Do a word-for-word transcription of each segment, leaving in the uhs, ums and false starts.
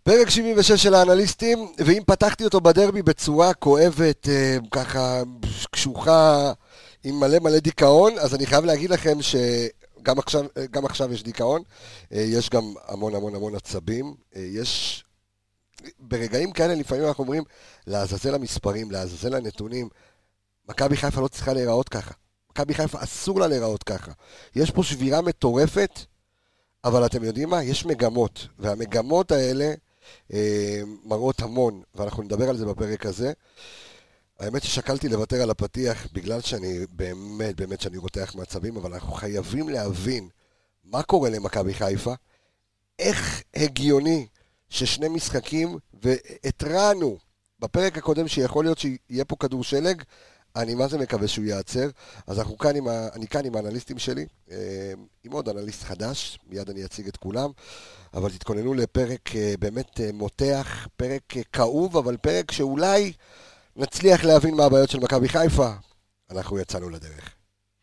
פרק שבעים ושש של האנליסטים, ואם פתחתי אותו בדרבי בצורה כואבת, ככה קשוחה, עם מלא מלא דיכאון, אז אני חייב להגיד לכם שגם עכשיו, גם עכשיו יש דיכאון, יש גם המון המון המון עצבים, יש ברגעים כאלה לפעמים אנחנו אומרים, לעזאזל המספרים, לעזאזל הנתונים, מכבי חיפה לא צריכה להיראות ככה, מכבי חיפה אסור לה להיראות ככה, יש פה שבירה מטורפת, אבל אתם יודעים מה? יש מגמות, והמגמות האלה אה, מראות המון, ואנחנו נדבר על זה בפרק הזה. האמת ששקלתי לוותר על הפתיח, בגלל שאני באמת, באמת שאני רותח מעצבים, אבל אנחנו חייבים להבין מה קורה למכבי חיפה, איך הגיוני ששני משחקים, והתרענו בפרק הקודם שיכול להיות שיהיה פה כדור שלג, אני מה זה מקווה שהוא ייעצר, אז אנחנו כאן עם ה... אני כאן עם האנליסטים שלי, עם עוד אנליסט חדש, מיד אני אציג את כולם, אבל תתכוננו לפרק באמת מותח, פרק כאוב, אבל פרק שאולי נצליח להבין מה הבעיות של מכבי חיפה, אנחנו יצאנו לדרך.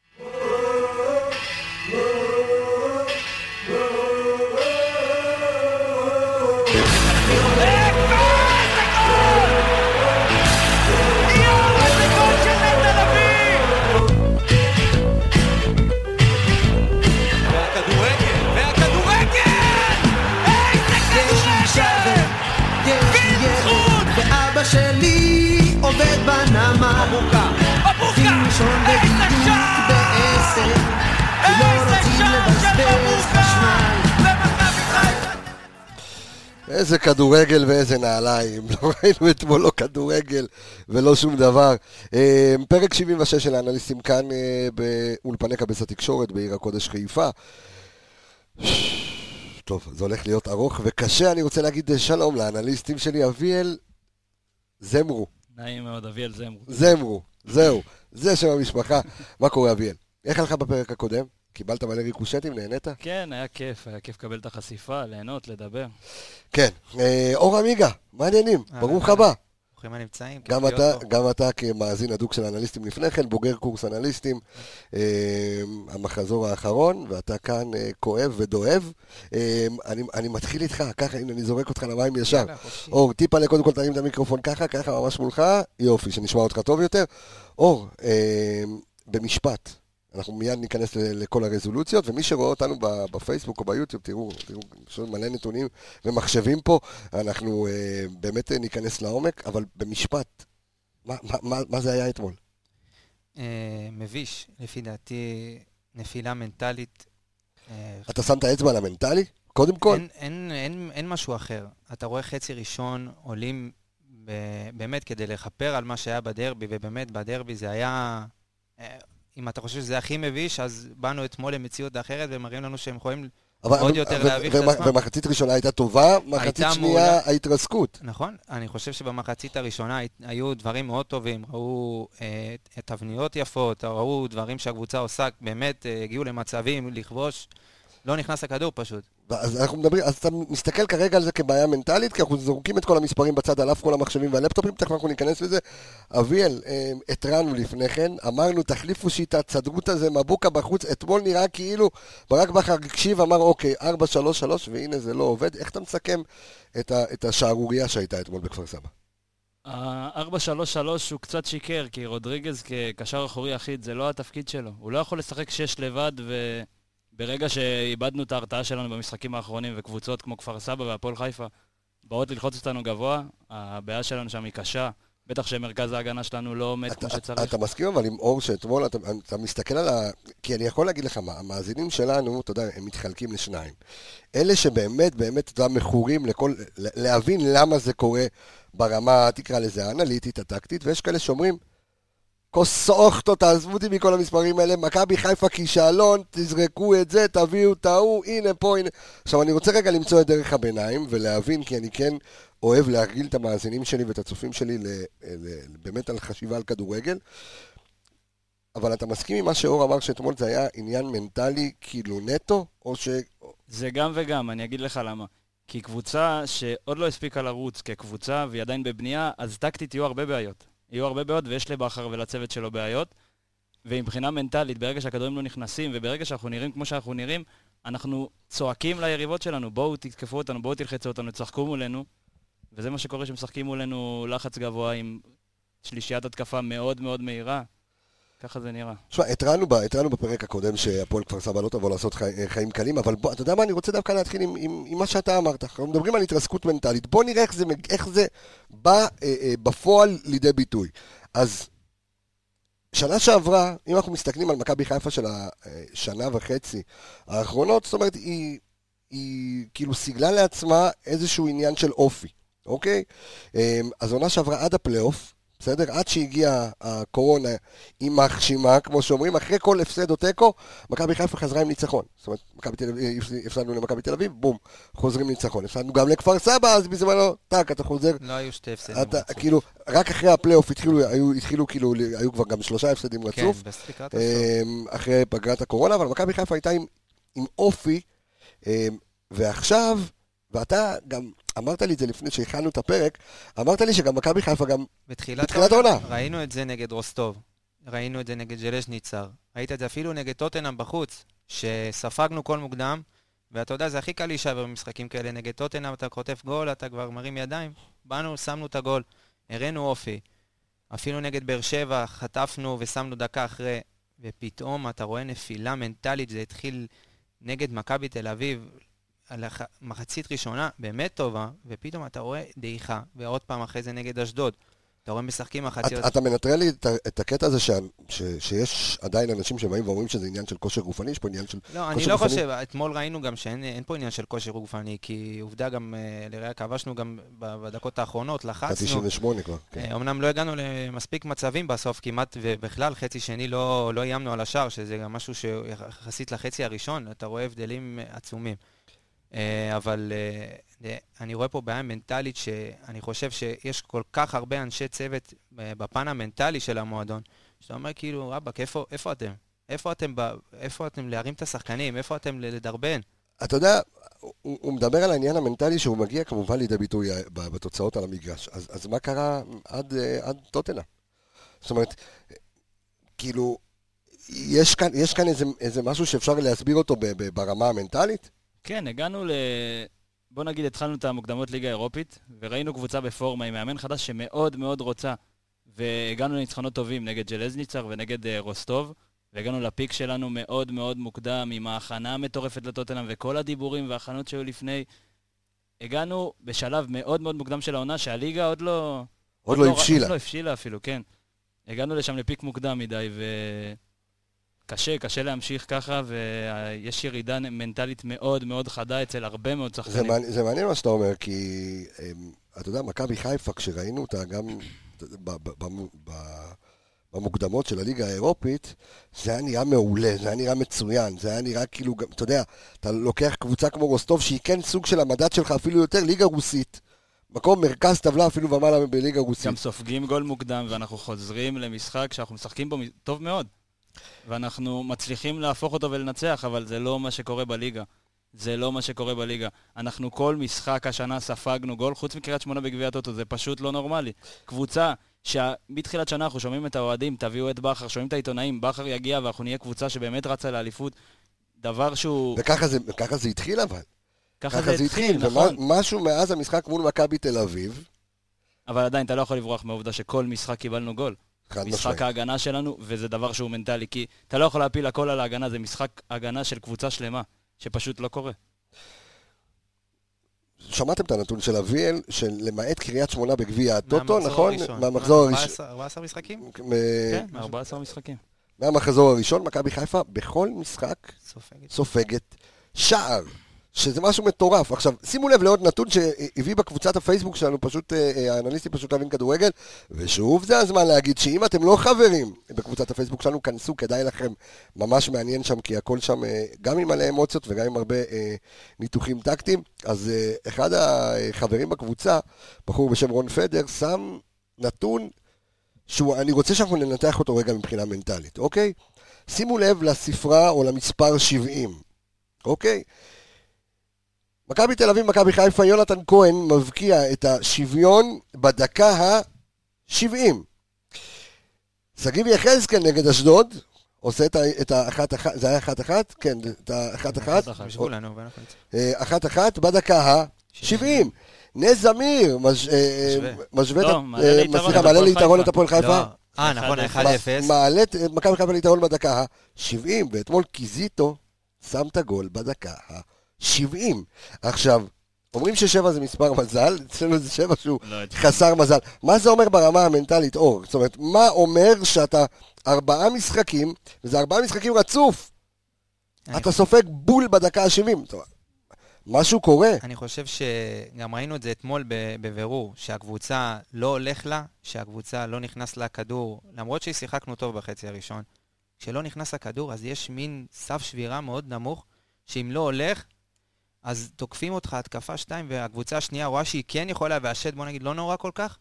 שלי עובד בנמה מבוקה, מבוקה, איזה שער! בעשר איזה שער של מבוקה! ומכבי חיפה! איזה כדורגל ואיזה נעליים, לא ראינו אתמול לא כדורגל ולא שום דבר. פרק שבעים ושש של האנליסטים כאן באולפני קבס התקשורת בעיר הקודש חיפה. טוב, זה הולך להיות ארוך וקשה, אני רוצה להגיד שלום לאנליסטים שלי, אביאל זמרו. נעים מאוד, אביאל זמרו. זמרו, זהו, זה שם המשפחה. מה קורה אביאל? איך הלכה בפרק הקודם? קיבלת מלא ריקושטים, נהנית? כן, היה כיף, היה כיף לקבל את החשיפה, ליהנות, לדבר. כן, אור עמיגה, מעניינים, ברוך הבא. ברוכים הנמצאים. גם אתה, גם אתה כמאזין הדוק של האנליסטים לפני כן, בוגר קורס אנליסטים, המחזור האחרון, ואתה כאן כואב ודואב. אני, אני מתחיל איתך, ככה, הנה, אני זורק אותך למים ישר. אור, טיפה לקודם כל תרים את המיקרופון ככה, ככה ממש מולך, יופי, שנשמע אותך טוב יותר. אור, במשפט, אנחנו מיד ניכנס לכל הרזולוציות, ומי שרואה אותנו בפייסבוק או ביוטיוב, תראו, תראו, יש מלא נתונים ומחשבים פה, אנחנו uh, באמת ניכנס לעומק, אבל במשפט, מה, מה, מה זה היה אתמול? Uh, מביש, לפי דעתי, נפילה מנטלית. Uh, אתה שם את האצבע על המנטלי? קודם כל? אין, אין, אין, אין משהו אחר. אתה רואה חצי ראשון, עולים ב, באמת כדי לחפר על מה שהיה בדרבי, ובאמת בדרבי זה היה... Uh, אם אתה חושב שזה הכי מביש, אז באנו אתמול למציאות אחרת, ומראים לנו שהם יכולים עוד יותר להביך את עצמם. ומחצית ראשונה הייתה טובה, מחצית שנייה ההתרסקות. נכון, אני חושב שבמחצית הראשונה היו דברים מאוד טובים, ראו תבניות יפות, ראו דברים שהקבוצה עושה, באמת הגיעו למצבים, לכבוש, לא נכנס הכדור פשוט. אז אנחנו מדברים, אז אתה מסתכל כרגע על זה כבעיה מנטלית, כי אנחנו זורקים את כל המספרים בצד על אף כל המחשבים והלפטופים, תכף אנחנו ניכנס לזה. אביאל, התרענו לפני כן, אמרנו תחליפו שיטה, תסדרו את זה, מבוקה בחוץ, אתמול נראה כאילו, ברק בכר הקשיב, אמר אוקיי, ארבע שלוש שלוש, והנה זה לא עובד. איך אתה מסכם את, ה, את השערוריה שהייתה אתמול בכפר סבא? ה-ארבע שלוש שלוש הוא קצת שיקר, כי רודריגז כקשר אחורי אחיד, זה לא התפקיד שלו. הוא לא יכול לשחק שש לבד ו... ברגע שאיבדנו את ההרתעה שלנו במשחקים האחרונים, וקבוצות כמו כפר סבא והפועל חיפה באות ללחוץ אותנו גבוה, הבעיה שלנו שם היא קשה, בטח שמרכז ההגנה שלנו לא עומד כמו שצריך. אתה מסכים אבל עם אור שאתמול, אתה, אתה מסתכל על ה... כי אני יכול להגיד לך מה, המאזינים שלנו, אתה יודע, הם מתחלקים לשניים. אלה שבאמת, באמת, אתה יודע, מכורים לכל, להבין למה זה קורה ברמה, תקרא לזה, האנליטית, הטקטית, ויש כאלה שאומרים, כוסוכתו, תעזבו אותי מכל המספרים האלה, מכבי חיפה כישלון, תזרקו את זה, תביאו טעו, הנה פה, הנה. עכשיו אני רוצה רגע למצוא את דרך הביניים ולהבין, כי אני כן אוהב להרגיל את המאזינים שלי ואת הצופים שלי ל, ל, באמת על חשיבה על כדורגל, אבל אתה מסכים עם מה שאור אמר שאתמול זה היה עניין מנטלי כאילו נטו, או ש... זה גם וגם, אני אגיד לך למה. כי קבוצה שעוד לא הספיקה לרוץ כקבוצה והיא עדיין בבנייה, אז טקטית יהיו הרבה בעיות. יהיו הרבה בעיות, ויש לבחר ולצוות שלו בעיות, ומבחינה מנטלית, ברגע שהכדורים לא נכנסים, וברגע שאנחנו נראים כמו שאנחנו נראים, אנחנו צועקים ליריבות שלנו, בואו תתקפו אותנו, בואו תלחצו אותנו, תשחקו מולנו, וזה מה שקורה שמשחקים מולנו לחץ גבוה עם שלישיית התקפה מאוד מאוד מהירה. ככה זה נראה. תשמע, התרענו, התרענו בפרק הקודם שהפועל כפר סבא לא תבוא לעשות חי, חיים קלים, אבל בוא, אתה יודע מה, אני רוצה דווקא להתחיל עם, עם, עם מה שאתה אמרת. אנחנו מדברים על התרסקות מנטלית. בוא נראה איך זה, איך זה בא אה, אה, בפועל לידי ביטוי. אז שנה שעברה, אם אנחנו מסתכלים על מכבי חיפה של השנה וחצי האחרונות, זאת אומרת, היא, היא כאילו סיגלה לעצמה איזשהו עניין של אופי, אוקיי? אז עונה שעברה עד הפלייאוף, בסדר? עד שהגיעה הקורונה עם מחשימה, כמו שאומרים, אחרי כל הפסד או תיקו, מכבי חיפה חזרה עם ניצחון. זאת אומרת, מכבי תל אביב, הפסדנו למכבי תל אביב, בום, חוזרים ניצחון. הפסדנו גם לכפר סבא, אז בזמנו, טק, אתה חוזר. לא היו שתי הפסדים אתה, רצוף. כאילו, רק אחרי הפלייאוף התחילו, היו, התחילו, כאילו, היו כבר גם שלושה הפסדים רצוף. כן, בספיקת הסוף. אחרי פגרת הקורונה, אבל מכבי חיפה הייתה עם, עם אופי, ועכשיו, ואתה גם אמרת לי את זה לפני שהכנו את הפרק, אמרת לי שגם מכבי חיפה גם בתחילת העונה. ראינו את זה נגד רוסטוב, ראינו את זה נגד ז'לז'ניצר, ראית את זה אפילו נגד טוטנהאם בחוץ, שספגנו כל מוקדם, ואתה יודע, זה הכי קל להישאר במשחקים כאלה, נגד טוטנהאם אתה חוטף גול, אתה כבר מרים ידיים, באנו, שמנו את הגול, הראינו אופי, אפילו נגד באר שבע, חטפנו ושמנו דקה אחרי, ופתאום אתה רואה נפילה מנטלית, זה התחיל נגד מכבי תל אביב, על מחצית ראשונה באמת טובה, ופתאום אתה רואה דעיכה, ועוד פעם אחרי זה נגד אשדוד. אתה רואה משחקים מחציות. אתה מנטרל לי את הקטע הזה שיש עדיין אנשים שבאים ואומרים שזה עניין של כושר גופני, יש פה עניין של כושר גופני? לא, אני לא חושב, אתמול ראינו גם שאין פה עניין של כושר גופני, כי עובדה גם, לראה, כבשנו גם בדקות האחרונות, לחצנו. תשעים ושמונה כבר. אמנם לא הגענו למספיק מצבים בסוף כמעט, ובכלל חצי שני לא איימנו על השאר, שזה גם משהו שיחסית לחצי הראשון, אתה רואה הבדלים עצומים. אבל אני רואה פה בעיה מנטלית שאני חושב שיש כל כך הרבה אנשי צוות בפן המנטלי של המועדון, שאתה אומר כאילו, רבק, איפה, איפה אתם? איפה אתם, איפה אתם להרים את השחקנים? איפה אתם לדרבן? אתה יודע, הוא, הוא מדבר על העניין המנטלי שהוא מגיע כמובן לידי ביטוי בתוצאות על המגרש. אז, אז מה קרה עד, עד טוטנהאם? זאת אומרת, כאילו, יש כאן, יש כאן איזה, איזה משהו שאפשר להסביר אותו ברמה המנטלית? כן, הגענו ל... בוא נגיד, התחלנו את המוקדמות ליגה אירופית, וראינו קבוצה בפורמה עם מאמן חדש שמאוד מאוד רוצה, והגענו לניצחונות טובים נגד ז'לז'ניצר ונגד uh, רוסטוב, והגענו לפיק שלנו מאוד מאוד מוקדם, עם ההכנה המטורפת לטוטנהאם וכל הדיבורים וההכנות שהיו לפני. הגענו בשלב מאוד מאוד מוקדם של העונה, שהליגה עוד לא... עוד, עוד לא הבשילה. עוד לא הבשילה אפילו, כן. הגענו לשם לפיק מוקדם מדי, ו... קשה, קשה להמשיך ככה, ויש ירידה מנטלית מאוד מאוד חדה אצל הרבה מאוד שחקנים. זה מעניין, זה מעניין מה שאתה אומר, כי אתה יודע, מכבי חיפה, כשראינו אותה גם במוקדמות של הליגה האירופית, זה היה נראה מעולה, זה היה נראה מצוין, זה היה נראה כאילו, אתה יודע, אתה לוקח קבוצה כמו רוסטוב, שהיא כן סוג של המדד שלך אפילו יותר, ליגה רוסית, מקום מרכז טבלה אפילו ומעלה בליגה רוסית. גם סופגים גול מוקדם, ואנחנו חוזרים למשחק שאנחנו משחקים בו טוב מאוד. ואנחנו מצליחים להפוך אותו ולנצח, אבל זה לא מה שקורה בליגה. זה לא מה שקורה בליגה. אנחנו כל משחק השנה ספגנו גול, חוץ מקריית שמונה בגביע הטוטו, זה פשוט לא נורמלי. קבוצה שמתחילת שנה אנחנו שומעים את האוהדים, תביאו את בכר, שומעים את העיתונאים, בכר יגיע ואנחנו נהיה קבוצה שבאמת רצה לאליפות, דבר שהוא... וככה זה, וככה זה התחיל אבל. ככה, ככה זה התחיל, נכון. ומשהו מאז המשחק מול מכבי תל אביב. אבל עדיין אתה לא יכול לברוח מהעובדה שכל משחק קיבלנו גול. משחק ההגנה שלנו, וזה דבר שהוא מנטלי, כי אתה לא יכול להפיל הכל על ההגנה, זה משחק הגנה של קבוצה שלמה, שפשוט לא קורה. שמעתם את הנתון של אביאל, של למעט קריית שמונה בגביע הטוטו, נכון? מהמחזור הראשון. ארבעה עשר משחקים? כן, ארבעה עשר משחקים. מהמחזור הראשון, מכבי חיפה, בכל משחק סופגת שער. שזה משהו מטורף. עכשיו, שימו לב לעוד נתון שהביא בקבוצת הפייסבוק שלנו, פשוט, האנליסטים פשוט להבין כדורגל, ושוב זה הזמן להגיד שאם אתם לא חברים בקבוצת הפייסבוק שלנו, כנסו, כדאי לכם, ממש מעניין שם, כי הכל שם גם עם מלא אמוציות וגם עם הרבה ניתוחים טקטיים. אז אחד החברים בקבוצה, בחור בשם רון פדר, שם נתון שאני רוצה שאנחנו ננתח אותו רגע מבחינה מנטלית, אוקיי? שימו לב לספרה או למספר שבעים, אוקיי? מכבי תל אביב, מכבי חיפה, יונתן כהן מבקיע את השוויון בדקה ה-שבעים. שגיב יחזקאל נגד אשדוד, עושה את האחת אחת, זה היה אחת אחת? כן, את האחת אחת. משבו לנו, ואנחנו אחת אחת בדקה ה-שבעים. נס זמיר, משווה מעלה ליתרון את הפועל חיפה. אה, נכון, אחד אפס. מעלה את מכבי חיפה ליתרון בדקה ה-שבעים, ואתמול קיזיטו שם את הגול בדקה ה-שבעים. עכשיו, אומרים ששבע זה מספר מזל, אצלנו זה שבע שהוא חסר מזל. מה זה אומר ברמה המנטלית, אור? זאת אומרת, מה אומר שאתה ארבעה משחקים, וזה ארבעה משחקים רצוף, אתה סופג בול בדקה ה-שבעים. משהו קורה. אני חושב שגם ראינו את זה אתמול בבירור, שהקבוצה לא הולך לה, שהקבוצה לא נכנס לה כדור, למרות שהיא שיחקנו טוב בחצי הראשון. כשלא נכנס הכדור, אז יש מין סף שבירה מאוד נמוך, שאם לא הולך, אז תוקפים אותך התקפה שתיים, והקבוצה השנייה רואה שהיא כן יכולה, והשד, בוא נגיד, לא נורא כל כך,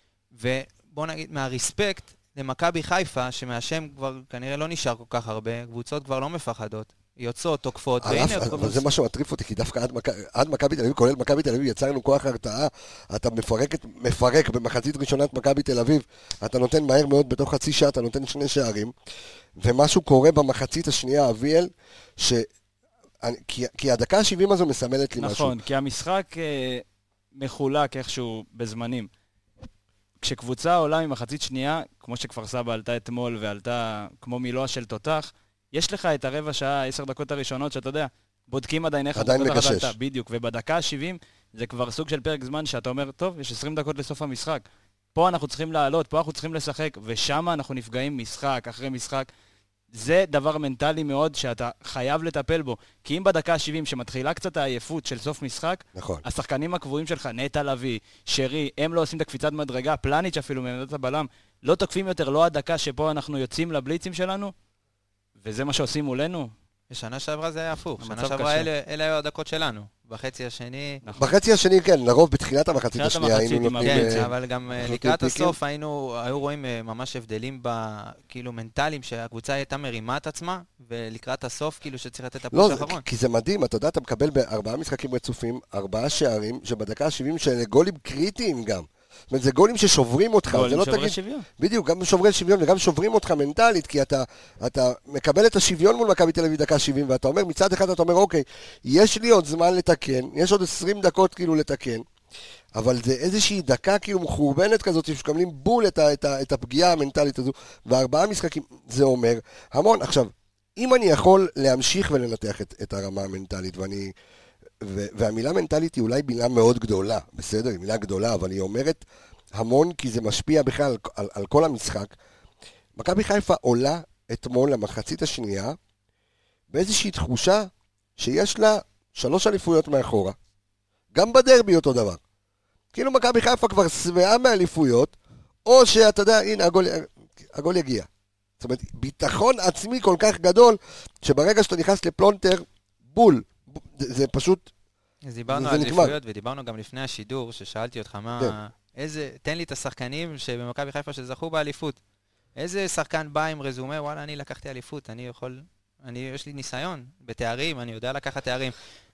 ובוא נגיד, מהרספקט למכבי חיפה, שמהשם כבר כנראה לא נשאר כל כך הרבה, קבוצות כבר לא מפחדות, יוצאות, תוקפות, והנה... אבל זה מה שמטריף אותי, כי דווקא עד מכבי תל אביב, כולל מכבי תל אביב, יצרנו כוח הרתעה, אתה מפרק במחצית ראשונת מכבי תל אביב, אתה נותן מהר מאוד בתוך חצי שעה, אתה נותן שני שערים, ומשהו קורה במחצית השנייה, אביאל, ש... כי, כי הדקה ה-שבעים הזו מסמלת לי נכון, משהו. נכון, כי המשחק אה, מחולק איכשהו בזמנים. כשקבוצה עולה ממחצית שנייה, כמו שכפר סבא עלתה אתמול ועלתה כמו מילואה של תותח, יש לך את הרבע שעה, עשר דקות הראשונות, שאתה יודע, בודקים עדיין איך... עדיין מגשש. בדיוק, ובדקה ה-שבעים זה כבר סוג של פרק זמן שאתה אומר, טוב, יש עשרים דקות לסוף המשחק. פה אנחנו צריכים לעלות, פה אנחנו צריכים לשחק, ושם אנחנו נפגעים משחק אחרי משחק. זה דבר מנטלי מאוד שאתה חייב לטפל בו. כי אם בדקה ה-שבעים שמתחילה קצת העייפות של סוף משחק, נכון. השחקנים הקבועים שלך, נטע לוי, שרי, הם לא עושים את הקפיצת מדרגה, פלניץ' אפילו מעמדת הבלם, לא תוקפים יותר, לא הדקה שפה אנחנו יוצאים לבליצים שלנו, וזה מה שעושים מולנו. בשנה שעברה זה היה הפוך. שנה שעברה אלה, אלה היו הדקות שלנו. בחצי השני... נכון. בחצי השני, כן, לרוב בתחילת המחצית השנייה היינו נותנים... כן, אבל גם לקראת הסוף היינו, היו רואים ממש הבדלים כאילו מנטליים, שהקבוצה הייתה מרימה את עצמה, ולקראת הסוף כאילו שצריך לתת את הפוש האחרון. לא, כי זה מדהים, אתה יודע, אתה מקבל בארבעה משחקים רצופים, ארבעה שערים, שבדקה ה-שבעים של גולים קריטיים גם. זאת אומרת, זה גולים ששוברים אותך. גולים לא שוברי תגיד, שוויון. בדיוק, גם שוברי שוויון וגם שוברים אותך מנטלית, כי אתה, אתה מקבל את השוויון מול מכבי תל אביב דקה שבעים, ואתה אומר, מצד אחד אתה אומר, אוקיי, יש לי עוד זמן לתקן, יש עוד עשרים דקות כאילו לתקן, אבל זה איזושהי דקה כאילו מחורבנת כזאת, שקבלים בול את, ה, את, ה, את הפגיעה המנטלית הזו, וארבעה משחקים, זה אומר המון. עכשיו, אם אני יכול להמשיך ולנתח את, את הרמה המנטלית, ואני... והמילה מנטלית היא אולי מילה מאוד גדולה, בסדר? היא מילה גדולה, אבל היא אומרת המון, כי זה משפיע בכלל על, על, על כל המשחק. מכבי חיפה עולה אתמול למחצית השנייה, באיזושהי תחושה שיש לה שלוש אליפויות מאחורה. גם בדרבי אותו דבר. כאילו מכבי חיפה כבר שבעה מאליפויות, או שאתה יודע, הנה, הגול, הגול יגיע. זאת אומרת, ביטחון עצמי כל כך גדול, שברגע שאתה נכנס לפלונטר, בול. זה פשוט, אז דיברנו על אליפויות, ודיברנו גם לפני השידור, ששאלתי אותך מה, איזה, תן לי את השחקנים שבמכבי חיפה שזכו באליפות. איזה שחקן בא עם רזומה, וואלה, אני לקחתי אליפות, אני יכול, אני, יש לי ניסיון בתארים, אני יודע לקחת תארים.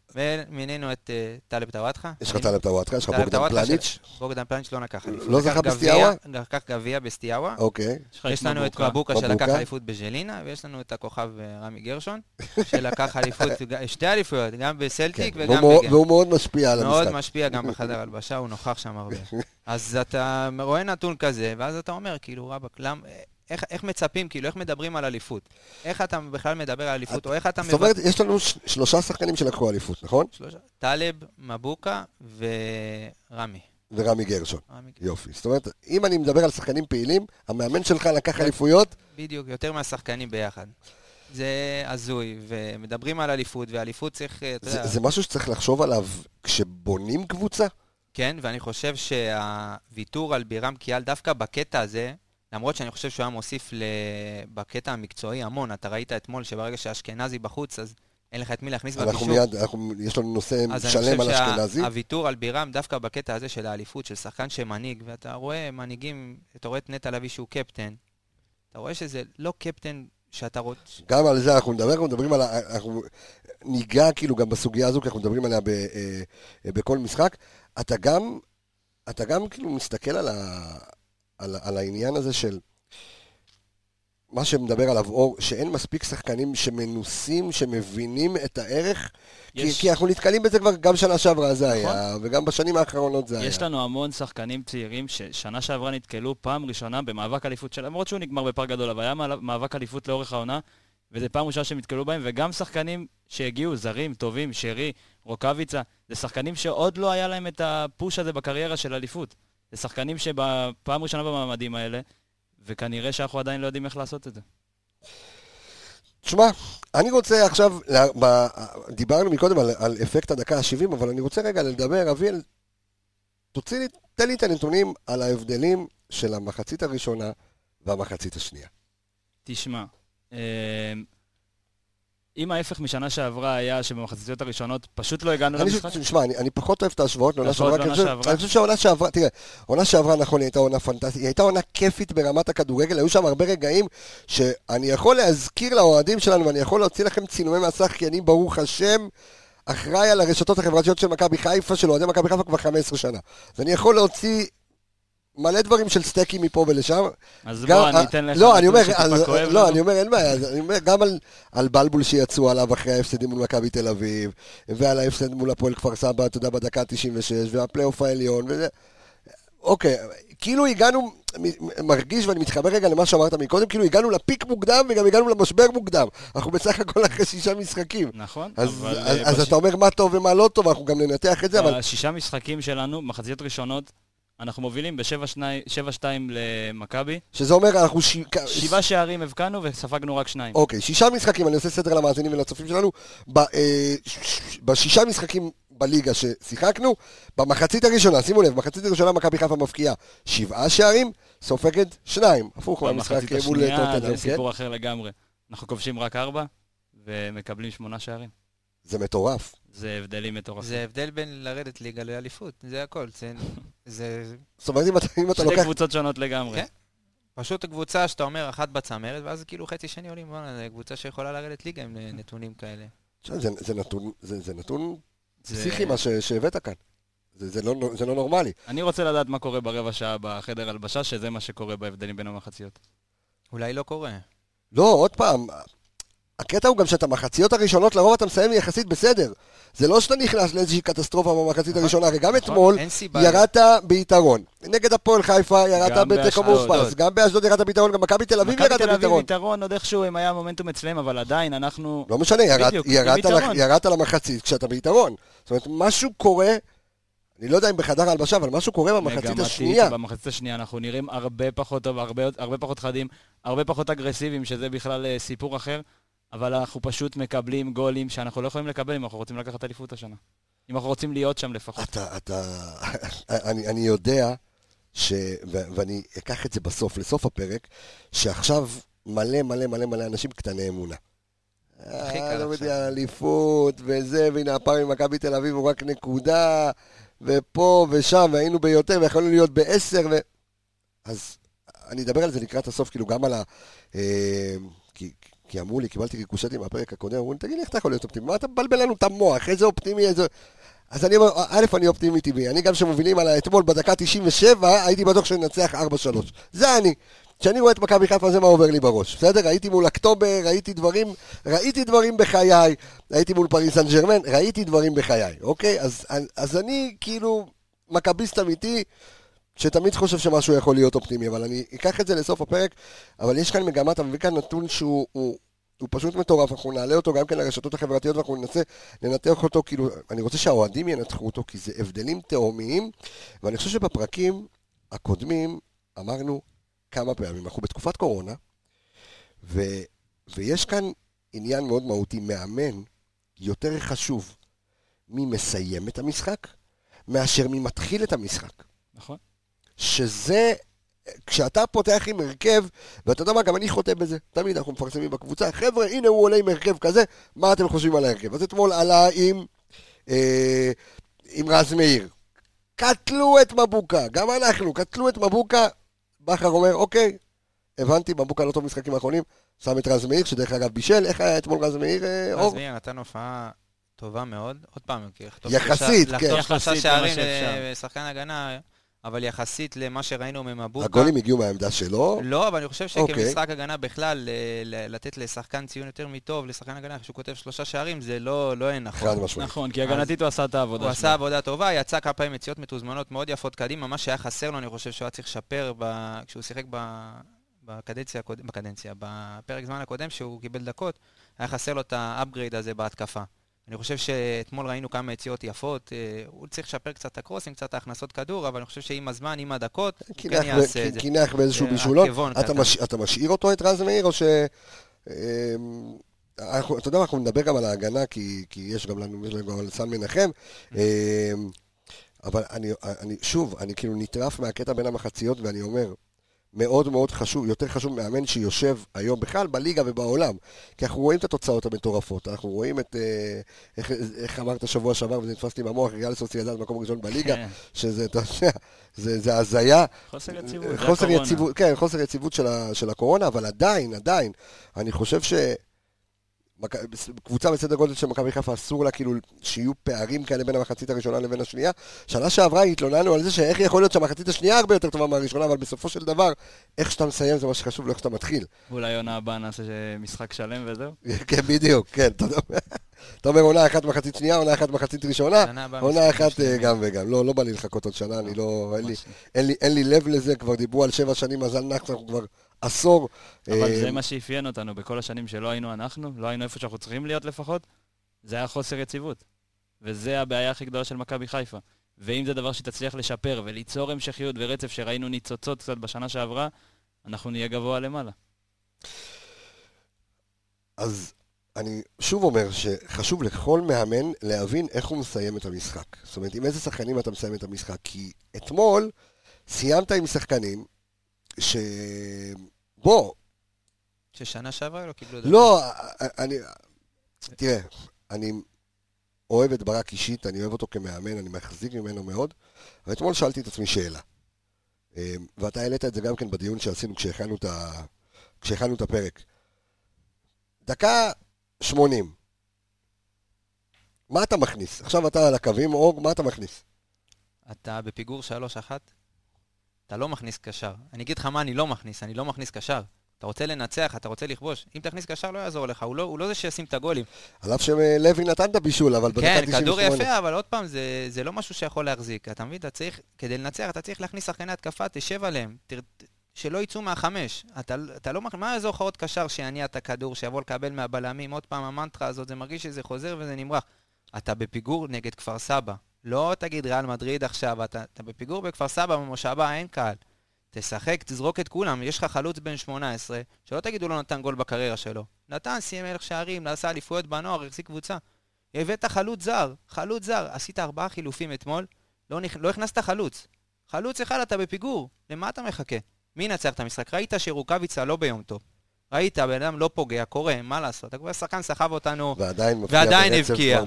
ומינינו את טלב טוואטחה. יש לך טלב טוואטחה, יש לך בוגדן פלניץ'. בוגדן פלניץ' לא לקח אליפות. לא זכה בסטיאבה? לקח גביע בסטיאבה. אוקיי. יש לנו את מבוקה שלקח אליפות בז'לינה, ויש לנו את הכוכב רמי גרשון, שלקח אליפות, שתי אליפויות, גם בסלטיק וגם בגן. והוא מאוד משפיע על המשחק. מאוד משפיע גם בחדר הלבשה, הוא נוכח שם הרבה. אז אתה רואה נתון כזה, ואז אתה אומר, כאילו, רבק, למה... איך, איך מצפים, כאילו, איך מדברים על אליפות? איך אתה בכלל מדבר על אליפות, או איך אתה... זאת אומרת, יש לנו שלושה שחקנים שלקחו אליפות, נכון? שלושה. טלב, מבוקה ורמי. ורמי גרשון. יופי. זאת אומרת, אם אני מדבר על שחקנים פעילים, המאמן שלך לקח אליפויות? בדיוק, יותר מהשחקנים ביחד. זה הזוי, ומדברים על אליפות, ואליפות צריך... זה, זה משהו שצריך לחשוב עליו כשבונים קבוצה? כן, ואני חושב שהוויתור על בירם קיאל דווקא בקטע הזה, למרות שאני חושב שהוא היה מוסיף בקטע המקצועי המון. אתה ראית אתמול שברגע שהאשכנזי בחוץ, אז אין לך את מי להכניס בקישור. אנחנו מיד, אנחנו, יש לנו נושא שלם על אשכנזי. אז אני חושב שהוויתור על בירם, דווקא בקטע הזה של האליפות, של שחקן שמנהיג, ואתה רואה מנהיגים, אתה רואה את נטע לוי שהוא קפטן, אתה רואה שזה לא קפטן שאתה רוצה... גם על זה אנחנו מדברים, אנחנו מדברים על... אנחנו ניגע כאילו גם בסוגיה הזו, כי אנחנו מדברים עליה ב, בכל משחק. אתה גם, אתה גם כאילו מסתכל על ה... על, על העניין הזה של מה שמדבר עליו אור, שאין מספיק שחקנים שמנוסים, שמבינים את הערך, יש... כי, כי אנחנו נתקלים בזה כבר גם שנה שעברה זה נכון. היה, וגם בשנים האחרונות זה יש היה. יש לנו המון שחקנים צעירים ששנה שעברה נתקלו פעם ראשונה במאבק אליפות שלהם, למרות שהוא נגמר בפר גדול, אבל היה מאבק אליפות לאורך העונה, וזה פעם ראשונה שהם התקלו בהם, וגם שחקנים שהגיעו, זרים, טובים, שרי, רוקביצה, זה שחקנים שעוד לא היה להם את הפוש הזה בקריירה של אליפות. זה שחקנים שבפעם ראשונה במעמדים האלה, וכנראה שאנחנו עדיין לא יודעים איך לעשות את זה. תשמע, אני רוצה עכשיו, דיברנו מקודם על, על אפקט הדקה ה-שבעים, אבל אני רוצה רגע לדבר, אביאל, תוציא לי, תן לי את הנתונים על ההבדלים של המחצית הראשונה והמחצית השנייה. תשמע, אם ההפך משנה שעברה היה שבמחציתיות הראשונות פשוט לא הגענו למשחק? תשמע, אני, אני פחות אוהב את ההשוואות לעונה שעברה, אני חושב שהעונה שעברה, תראה, עונה שעברה נכון, היא הייתה עונה פנטסטית, היא הייתה עונה כיפית ברמת הכדורגל, היו שם הרבה רגעים שאני יכול להזכיר לאוהדים שלנו, ואני יכול להוציא לכם צילומי מהסך, כי אני ברוך השם אחראי על הרשתות החברתיות של מכבי חיפה, של אוהדי מכבי חיפה כבר חמש עשרה שנה. אז אני יכול להוציא מלא דברים של סטייקים מפה ולשם. אז בוא, אני אתן לך... לא, אני אומר, לא, אני אומר, אין בעיה, אני אומר, גם על בלבול שיצאו עליו אחרי ההפסדים מול מכבי תל אביב, ועל ההפסד מול הפועל כפר סבא, אתה יודע, בדקה תשעים ושש, והפלייאוף העליון, וזה... אוקיי, כאילו הגענו, מרגיש ואני מתחבר רגע למה שאמרת מקודם, כאילו הגענו לפיק מוקדם וגם הגענו למשבר מוקדם. אנחנו בסך הכל אחרי שישה משחקים. נכון. אז אתה אומר מה טוב ומה לא טוב, אנחנו גם ננתח את זה, אבל... השישה משחקים שלנו, מחציות ראשונות, אנחנו מובילים ב-שבע שתיים למכבי. שזה אומר, אנחנו... שבעה שערים הבקענו וספגנו רק שניים. אוקיי, שישה משחקים, אני עושה סדר למאזינים ולצופים שלנו, בשישה משחקים בליגה ששיחקנו, במחצית הראשונה, שימו לב, במחצית הראשונה מכבי חיפה מפקיעה שבעה שערים, סופגת שניים. הפוך מהמשחק מול טוטנהאם. במחצית השנייה, זה סיפור אחר לגמרי. אנחנו כובשים רק ארבע, ומקבלים שמונה שערים. זה מטורף. זה הבדלים מטורפים. זה הבדל בין לרדת ליגה לאליפות, זה הכל. זה... זאת אומרת, אם אתה לוקח... שתי קבוצות שונות לגמרי. כן. פשוט הקבוצה שאתה אומר אחת בצמרת, ואז כאילו חצי שני עולים, זה קבוצה שיכולה לרדת ליגה עם נתונים כאלה. זה נתון פסיכי מה שהבאת כאן. זה לא נורמלי. אני רוצה לדעת מה קורה ברבע שעה בחדר הלבשה, שזה מה שקורה בהבדלים בין המחציות. אולי לא קורה. לא, עוד פעם... הקטע הוא גם שאתה מחציות הראשונות, לרוב אתה מסיים יחסית בסדר. זה לא שאתה נכנס לאיזושהי קטסטרופה במחצית הראשונה, הרי גם אתמול ירדת ביתרון. נגד הפועל חיפה ירדת בתיקו מאופס, גם באשדוד ירדת ביתרון, גם מכבי תל אביב ירדת ביתרון. מכבי תל אביב ביתרון, עוד איכשהו אם היה מומנטום אצלם, אבל עדיין אנחנו... לא משנה, ירדת למחצית כשאתה ביתרון. זאת אומרת, משהו קורה, אני לא יודע אם בחדר ההלבשה, אבל משהו קורה במחצית השנייה. במחצית השנייה אנחנו נראים הרבה פחות טוב, הרבה פחות חדים, הרבה פחות אגרסיביים, שזה בכלל סיפור אחר. אבל אנחנו פשוט מקבלים גולים שאנחנו לא יכולים לקבל אם אנחנו רוצים לקחת אליפות השנה. אם אנחנו רוצים להיות שם לפחות. אתה, אתה, אני, אני יודע, ש, ו, ואני אקח את זה בסוף, לסוף הפרק, שעכשיו מלא מלא מלא מלא אנשים קטני אמונה. הכי קל לא יודע, אליפות וזה, והנה הפעם עם מכבי תל אביב הוא רק נקודה, ופה ושם, והיינו ביותר, ויכולנו להיות בעשר, ו... אז אני אדבר על זה לקראת הסוף, כאילו גם על ה... כי... כי אמרו לי, קיבלתי ריקושטים מהפרק הקודם, אמרו לי, תגיד לי, איך אתה יכול להיות אופטימי? מה אתה מבלבל לנו את המוח? איזה אופטימי, איזה... אז אני אומר, א', אני אופטימי טבעי. אני גם שמובילים על האתמול בדקה תשעים ושבע, הייתי בטוח שננצח ארבע שלוש. זה אני. כשאני רואה את מכבי חיפה, זה מה עובר לי בראש. בסדר? ראיתי מול אוקטובר, ראיתי דברים, ראיתי דברים בחיי, ראיתי מול פריז סן ז'רמן, ראיתי דברים בחיי, אוקיי? אז, אז אני כאילו מכביסט אמיתי, שתמיד חושב שמשהו יכול להיות אופטימי, אבל אני אקח את זה לסוף הפרק, אבל יש כאן מגמת, אבל כאן נתון שהוא הוא, הוא פשוט מטורף, אנחנו נעלה אותו גם כן לרשתות החברתיות, ואנחנו ננסה לנתח אותו, כאילו, אני רוצה שהאוהדים ינתחו אותו, כי זה הבדלים תאומיים, ואני חושב שבפרקים הקודמים אמרנו כמה פעמים, אנחנו בתקופת קורונה, ו, ויש כאן עניין מאוד מהותי, מאמן יותר חשוב מי מסיים את המשחק, מאשר מי מתחיל את המשחק. נכון. שזה, כשאתה פותח עם הרכב, ואתה יודע מה, גם אני חוטא בזה, תמיד אנחנו מפרסמים בקבוצה, חבר'ה, הנה הוא עולה עם הרכב כזה, מה אתם חושבים על ההרכב? אז אתמול עלה עם, אה, עם רז מאיר. קטלו את מבוקה, גם אנחנו, קטלו את מבוקה, בכר אומר, אוקיי, הבנתי, מבוקה לא טוב משחקים האחרונים, שם את רז מאיר, שדרך אגב בישל, איך היה אתמול רז מאיר, אה, אור? רז מאיר נתן הופעה טובה מאוד, עוד פעם, יחסית, כן. לחטוף שלושה שערים לשחקן הגנה, אבל יחסית למה שראינו ממבוקה... הגולים הגיעו מהעמדה שלו? לא, אבל אני חושב אוקיי. שכמשחק הגנה בכלל, ל- ל- לתת לשחקן ציון יותר מטוב, לשחקן הגנה, כשהוא כותב שלושה שערים, זה לא, לא אין נכון. חד משמעית. נכון, כי הגנתית הוא עשה את העבודה הוא שלו. עשה עבודה טובה, יצא כמה פעמים מציאות מתוזמנות מאוד יפות קדימה, מה שהיה חסר לו, אני חושב שהוא היה צריך לשפר ב... כשהוא שיחק ב... בקדנציה, הקוד... בקדנציה, בפרק זמן הקודם שהוא קיבל דקות, היה חסר לו את האפגרייד הזה בהתקפה. אני חושב שאתמול ראינו כמה יציאות יפות, הוא צריך לשפר קצת את הקרוסים, קצת ההכנסות כדור, אבל אני חושב שעם הזמן, עם הדקות, הוא כן יעשה את זה. קינח באיזשהו בישולון. אתה משאיר אותו את רז מאיר, או ש... אתה יודע מה, אנחנו נדבר גם על ההגנה, כי יש גם לנו, יש לנו גם על סן מנחם, אבל אני, שוב, אני כאילו נטרף מהקטע בין המחציות, ואני אומר, מאוד מאוד חשוב, יותר חשוב מאמן שיושב היום בכלל בליגה ובעולם, כי אנחנו רואים את התוצאות המטורפות, אנחנו רואים את, איך, איך אמרת שבוע שעבר, וזה נתפסתי במוח, ריאל סוסיידד במקום ראשון בליגה, שזה, אתה יודע, זה, זה הזיה. חוסר יציבות, חוסר יציבות, כן, חוסר יציבות של, ה, של הקורונה, אבל עדיין, עדיין, אני חושב ש... קבוצה בסדר גודל של מכבי חיפה אסור לה כאילו שיהיו פערים כאלה בין המחצית הראשונה לבין השנייה. שנה שעברה התלוננו על זה שאיך יכול להיות שהמחצית השנייה הרבה יותר טובה מהראשונה, אבל בסופו של דבר, איך שאתה מסיים זה מה שחשוב, לא איך שאתה מתחיל. אולי עונה הבאה נעשה משחק שלם וזהו? כן, בדיוק, כן. אתה אומר עונה אחת מחצית שנייה, עונה אחת מחצית ראשונה, עונה אחת גם וגם. לא, לא בא לי לחכות עוד שנה, אני לא, אין לי לב לזה, כבר דיברו על שבע שנים, מזל נחת, אנחנו כבר עשור. אבל זה מה שאפיין אותנו בכל השנים שלא היינו אנחנו, לא היינו איפה שאנחנו צריכים להיות לפחות, זה היה חוסר יציבות. וזה הבעיה הכי גדולה של מכבי חיפה. ואם זה דבר שתצליח לשפר וליצור המשכיות ורצף שראינו ניצוצות קצת בשנה שעברה, אנחנו נהיה גבוה למעלה. אז אני שוב אומר שחשוב לכל מאמן להבין איך הוא מסיים את המשחק. זאת אומרת, עם איזה שחקנים אתה מסיים את המשחק. כי אתמול סיימת עם שחקנים ש... בוא. ששנה שעברה לא קיבלו... לא, אני... תראה, אני אוהב את ברק אישית, אני אוהב אותו כמאמן, אני מחזיק ממנו מאוד, אבל אתמול שאלתי את עצמי שאלה. ואתה העלית את זה גם כן בדיון שעשינו כשהכנו את, ה... כשהכנו את הפרק. דקה שמונים. מה אתה מכניס? עכשיו אתה על הקווים, אור, מה אתה מכניס? אתה בפיגור שלוש אחת? אתה לא מכניס קשר. אני אגיד לך מה אני לא מכניס, אני לא מכניס קשר. אתה רוצה לנצח, אתה רוצה לכבוש. אם תכניס קשר לא יעזור לך, הוא לא, הוא לא זה שישים את הגולים. על אף שלוי נתן את הבישול, אבל כן, כדור יפה, אבל עוד פעם, זה, זה לא משהו שיכול להחזיק. אתה מבין, אתה צריך, כדי לנצח, אתה צריך להכניס שחקני התקפה, תשב עליהם, תר, שלא יצאו מהחמש. אתה, אתה לא, מה יעזור לך עוד קשר שיניע את הכדור, שיבוא לקבל מהבלמים? עוד פעם, המנטרה הזאת, זה מרגיש שזה חוזר וזה נמרח. אתה בפיגור נגד כפר סבא. לא תגיד ריאל מדריד עכשיו, אתה, אתה בפיגור בכפר סבא, במושבה, אין קהל. תשחק, תזרוק את כולם, יש לך חלוץ בן שמונה עשרה, שלא תגידו לא נתן גול בקריירה שלו. נתן, סיים מלך שערים, נעשה אליפויות בנוער, החזיק קבוצה. הבאת חלוץ זר, חלוץ זר, עשית ארבעה חילופים אתמול, לא, נכ... לא הכנסת חלוץ. חלוץ אחד אתה בפיגור, למה אתה מחכה? מי נצח את המשחק? ראית שרוקביצה לא ביום טוב. ראית, בן אדם לא פוגע, קורה, מה לעשות? כבר שחקן סחב אותנו, ועדיין, ועדיין הבקיע,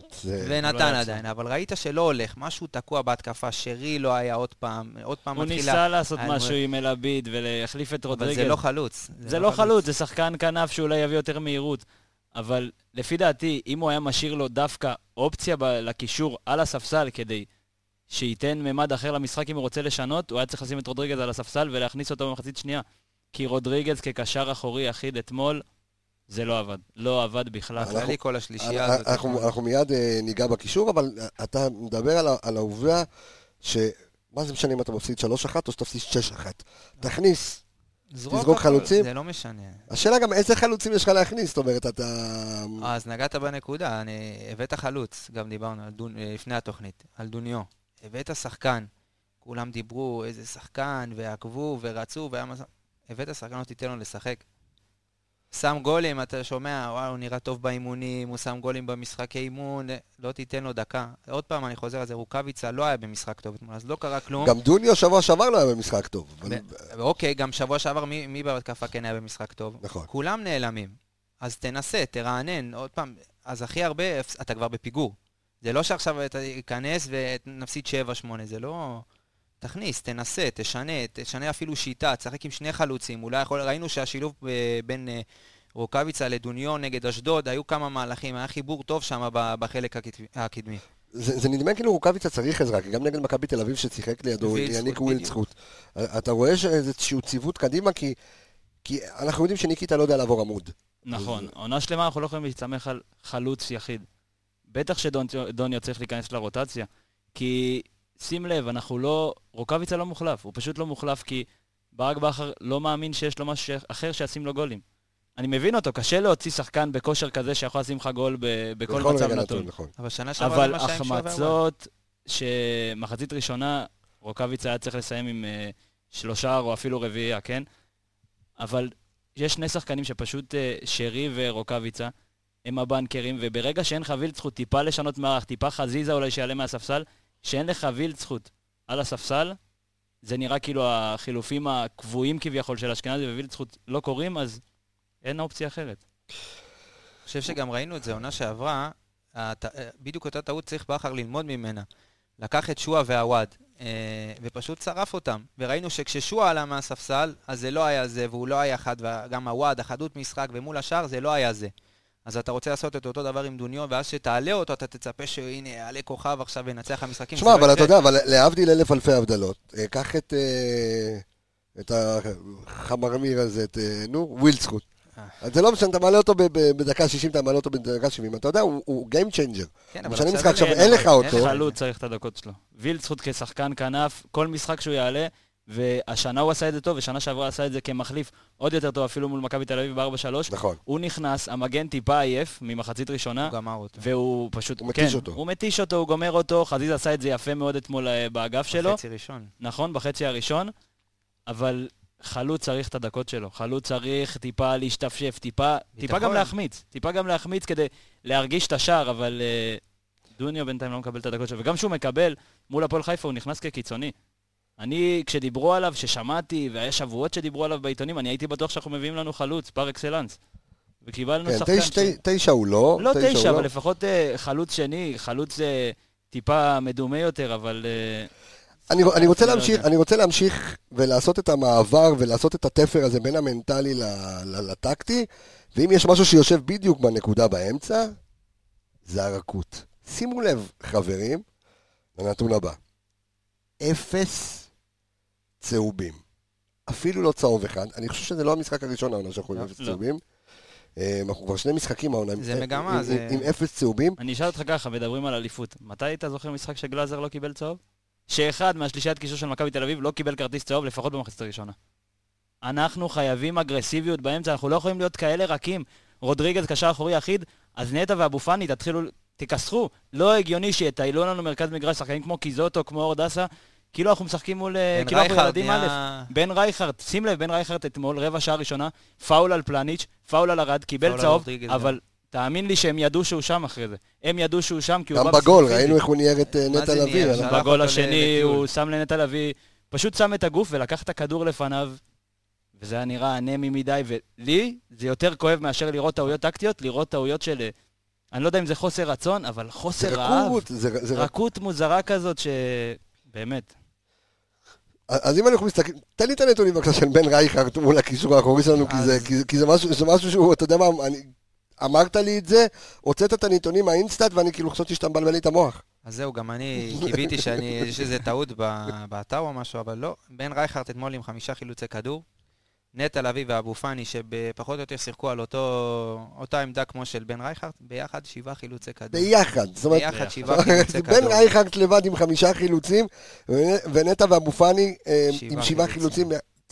ונתן עדיין, אבל ראית שלא הולך, משהו תקוע בהתקפה, שרי לא היה עוד פעם, עוד פעם הוא מתחילה. הוא ניסה לעשות משהו עם אלביד ולהחליף את רודריגז. אבל זה לא חלוץ. זה לא חלוץ, זה שחקן כנף שאולי יביא יותר מהירות, אבל לפי דעתי, אם הוא היה משאיר לו דווקא אופציה לקישור על הספסל כדי שייתן ממד אחר למשחק אם הוא רוצה לשנות, הוא היה צריך לשים את רודריגז על הספסל ולהכניס אותו במחצית שנייה. כי רודריגז כקשר אחורי אחיד אתמול, זה לא עבד. לא עבד בכלל. זה לי כל השלישייה הזאת. אנחנו מיד ניגע בקישור, אבל אתה מדבר על העובדה ש... מה זה משנה אם אתה מפסיד שלוש אחת או שתפסיד שש אחת? תכניס, תזרוק חלוצים. זה לא משנה. השאלה גם איזה חלוצים יש לך להכניס, זאת אומרת, אתה... אז נגעת בנקודה, הבאת חלוץ, גם דיברנו לפני התוכנית, על דוניו. הבאת שחקן, כולם דיברו איזה שחקן, ועקבו ורצו, והיה מזל... הבאת שחקן, לא תיתן לו לשחק. שם גולים, אתה שומע, וואו, הוא נראה טוב באימונים, הוא שם גולים במשחקי אימון, לא תיתן לו דקה. עוד פעם אני חוזר על זה, רוקביצה לא היה במשחק טוב, אז לא קרה כלום. גם דוניו שבוע שעבר לא היה במשחק טוב. אוקיי, גם שבוע שעבר מי בהתקפה כן היה במשחק טוב? נכון. כולם נעלמים. אז תנסה, תרענן, עוד פעם, אז הכי הרבה, אתה כבר בפיגור. זה לא שעכשיו אתה ייכנס ונפסיד שבע שמונה, זה לא... תכניס, תנסה, תשנה, תשנה אפילו שיטה, תשחק עם שני חלוצים. אולי יכול, ראינו שהשילוב בין רוקביצה לדוניו נגד אשדוד, היו כמה מהלכים, היה חיבור טוב שם בחלק הקדמי. זה, זה נדמה כאילו רוקאביצה צריך עזרה, כי גם נגד מכבי תל אביב ששיחק לידו, יניק ווילדסחוט. אתה רואה שאיזשהו ציוות קדימה, כי, כי אנחנו יודעים שניקיטה לא יודע לעבור עמוד. נכון, עונה שלמה אנחנו לא יכולים להצטמך על חלוץ יחיד. בטח שדוניו צריך להיכנס לרוטציה, כי שים לב, אנחנו לא, רוקאביצה לא מוחלף, הוא פשוט לא מוחלף, כי ברק בכר לא מאמין שיש לו משהו אחר שישים לו גולים. אני מבין אותו, קשה להוציא שחקן בכושר כזה שיכול לשים לך גול בכל מצב נתון. אבל שנה שעברה זה מה שהם שווה. אבל החמצות שמחצית ראשונה, רוקאביצה היה צריך לסיים עם שלושה או אפילו רביעייה, כן? אבל יש שני שחקנים שפשוט שרי ורוקאביצה הם הבנקרים, וברגע שאין לך וילדסחוט טיפה לשנות מערך, טיפה חזיזה אולי שיעלה מהספסל, שאין לך וילדסחוט על הספסל, זה נראה כאילו החילופים הקבועים כביכול של אשכנזי ווילדסחוט לא קורים, אז אין אופציה אחרת. אני חושב שגם ראינו את זה, עונה שעברה, בדיוק אותה טעות צריך בכר ללמוד ממנה. לקח את שועה והוואד, ופשוט צרף אותם. וראינו שכששועה עלה מהספסל, אז זה לא היה זה, והוא לא היה חד, וגם הוואד, החדות משחק, ומול השאר זה לא היה זה. אז אתה רוצה לעשות את אותו דבר עם דוניו, ואז שתעלה אותו, אתה תצפה שהנה, יעלה כוכב עכשיו ונצח המשחקים. שמע, אבל אתה יודע, אבל להבדיל אלף אלפי הבדלות, קח את את החמרמיר הזה, את, נו, וילדסחוט. זה לא משנה, אתה מעלה אותו בדקה שישים, אתה מעלה אותו בדקה שבעים, אתה יודע, הוא גיים צ'יינג'ר. הוא משנה משחק, עכשיו אין לך אותו. אין חלוץ צריך את הדקות שלו. וילדסחוט כשחקן כנף, כל משחק שהוא יעלה, והשנה הוא עשה את זה טוב, ושנה שעברה עשה את זה כמחליף עוד יותר טוב, אפילו מול מכבי תל אביב ב-ארבע שלוש. נכון. הוא נכנס, המגן טיפה עייף, ממחצית ראשונה. הוא גמר אותו. והוא פשוט, הוא מתיש אותו. הוא מתיש אותו, הוא גומר אותו, חזיז עשה את זה יפה מאוד אתמול באגף שלו. בחצי ראשון. נכון, בחצי הראשון. אבל חלוץ צריך את הדקות שלו. חלוץ צריך טיפה להשתפשף, טיפה, טיפה גם להחמיץ. טיפה גם להחמיץ כדי להרגיש את השער, אבל uh, דוניו בינתיים לא מקבל את הדקות שלו. וגם שהוא מקבל, מול הפועל חיפה הוא נכנס כקיצוני. אני, כשדיברו עליו, ששמעתי, והיה שבועות שדיברו עליו בעיתונים, אני הייתי בטוח שאנחנו מביאים לנו חלוץ, פר אקסלנס. וקיבלנו כן, שחקן... תש, ש... תשע הוא לא. לא תשע, תשע אבל לא. לפחות uh, חלוץ שני, חלוץ uh, טיפה מדומה יותר, אבל... Uh, אני, אני, רוצה להמשיך, אני רוצה להמשיך ולעשות את המעבר ולעשות את התפר הזה בין המנטלי לטקטי, ואם יש משהו שיושב בדיוק בנקודה באמצע, זה הרכות. שימו לב, חברים, לנתון הבא. אפס צהובים. אפילו לא צהוב אחד. אני חושב שזה לא המשחק הראשון העונה שאנחנו עם אפס צהובים. אנחנו כבר שני משחקים העונה. זה מגמה, זה... עם אפס צהובים. אני אשאל אותך ככה, מדברים על אליפות. מתי היית זוכר משחק שגלאזר לא קיבל צהוב? שאחד מהשלישיית קישור של מכבי תל אביב לא קיבל כרטיס צהוב, לפחות במחצית הראשונה. אנחנו חייבים אגרסיביות באמצע, אנחנו לא יכולים להיות כאלה רכים. רודריגז קשר אחורי יחיד, אז נטע ואבו פאני תתחילו, תכסחו. לא הגיוני שיטיילו לנו מרכז מגרש, שחקנים כמו קיזוטו, כמו אורדסה, כאילו אנחנו משחקים מול, כאילו אנחנו ילדים א', בן רייכרד, שים לב, בן רייכרד אתמול, רבע שעה ראשונה, פאול על פלניץ', פאול על הרד, קיבל צהוב, אבל תאמין לי שהם ידעו שהוא שם אחרי זה. הם ידעו שהוא שם כי הוא גם בגול, ראינו איך הוא נייר את נטע לביא. בגול השני הוא שם לנטע לביא, פשוט שם את הגוף ולקח את הכדור לפניו, וזה היה נראה אנמי מדי, ולי זה יותר כואב מאשר לראות טעויות טקטיות, לראות טעויות של, אני לא יודע אם זה חוסר רצון, אבל חוסר רעב, רכות מוזרה כזאת שבאמת. אז אם אנחנו מסתכלים, תן לי את הנתונים בבקשה של בן רייכרד מול הקישור האחורי שלנו, כי זה משהו שהוא, אתה יודע מה, אמרת לי את זה, הוצאת את הנתונים מהאינסטאט, ואני כאילו חשבתי שאתה מבלבל לי את המוח. אז זהו, גם אני קיוויתי שיש איזה טעות באתר או משהו, אבל לא. בן רייכרד אתמול עם חמישה חילוצי כדור, נטע לביא ואבו פאני, שבפחות או יותר שיחקו על אותה עמדה כמו של בן רייכרד, ביחד שבעה חילוצי כדור. ביחד, זאת אומרת, ביחד שבעה חילוצי כדור. בן רייכרד לבד עם חמישה חילוצים, ונטע ואבו פאני עם שבעה חילוצים.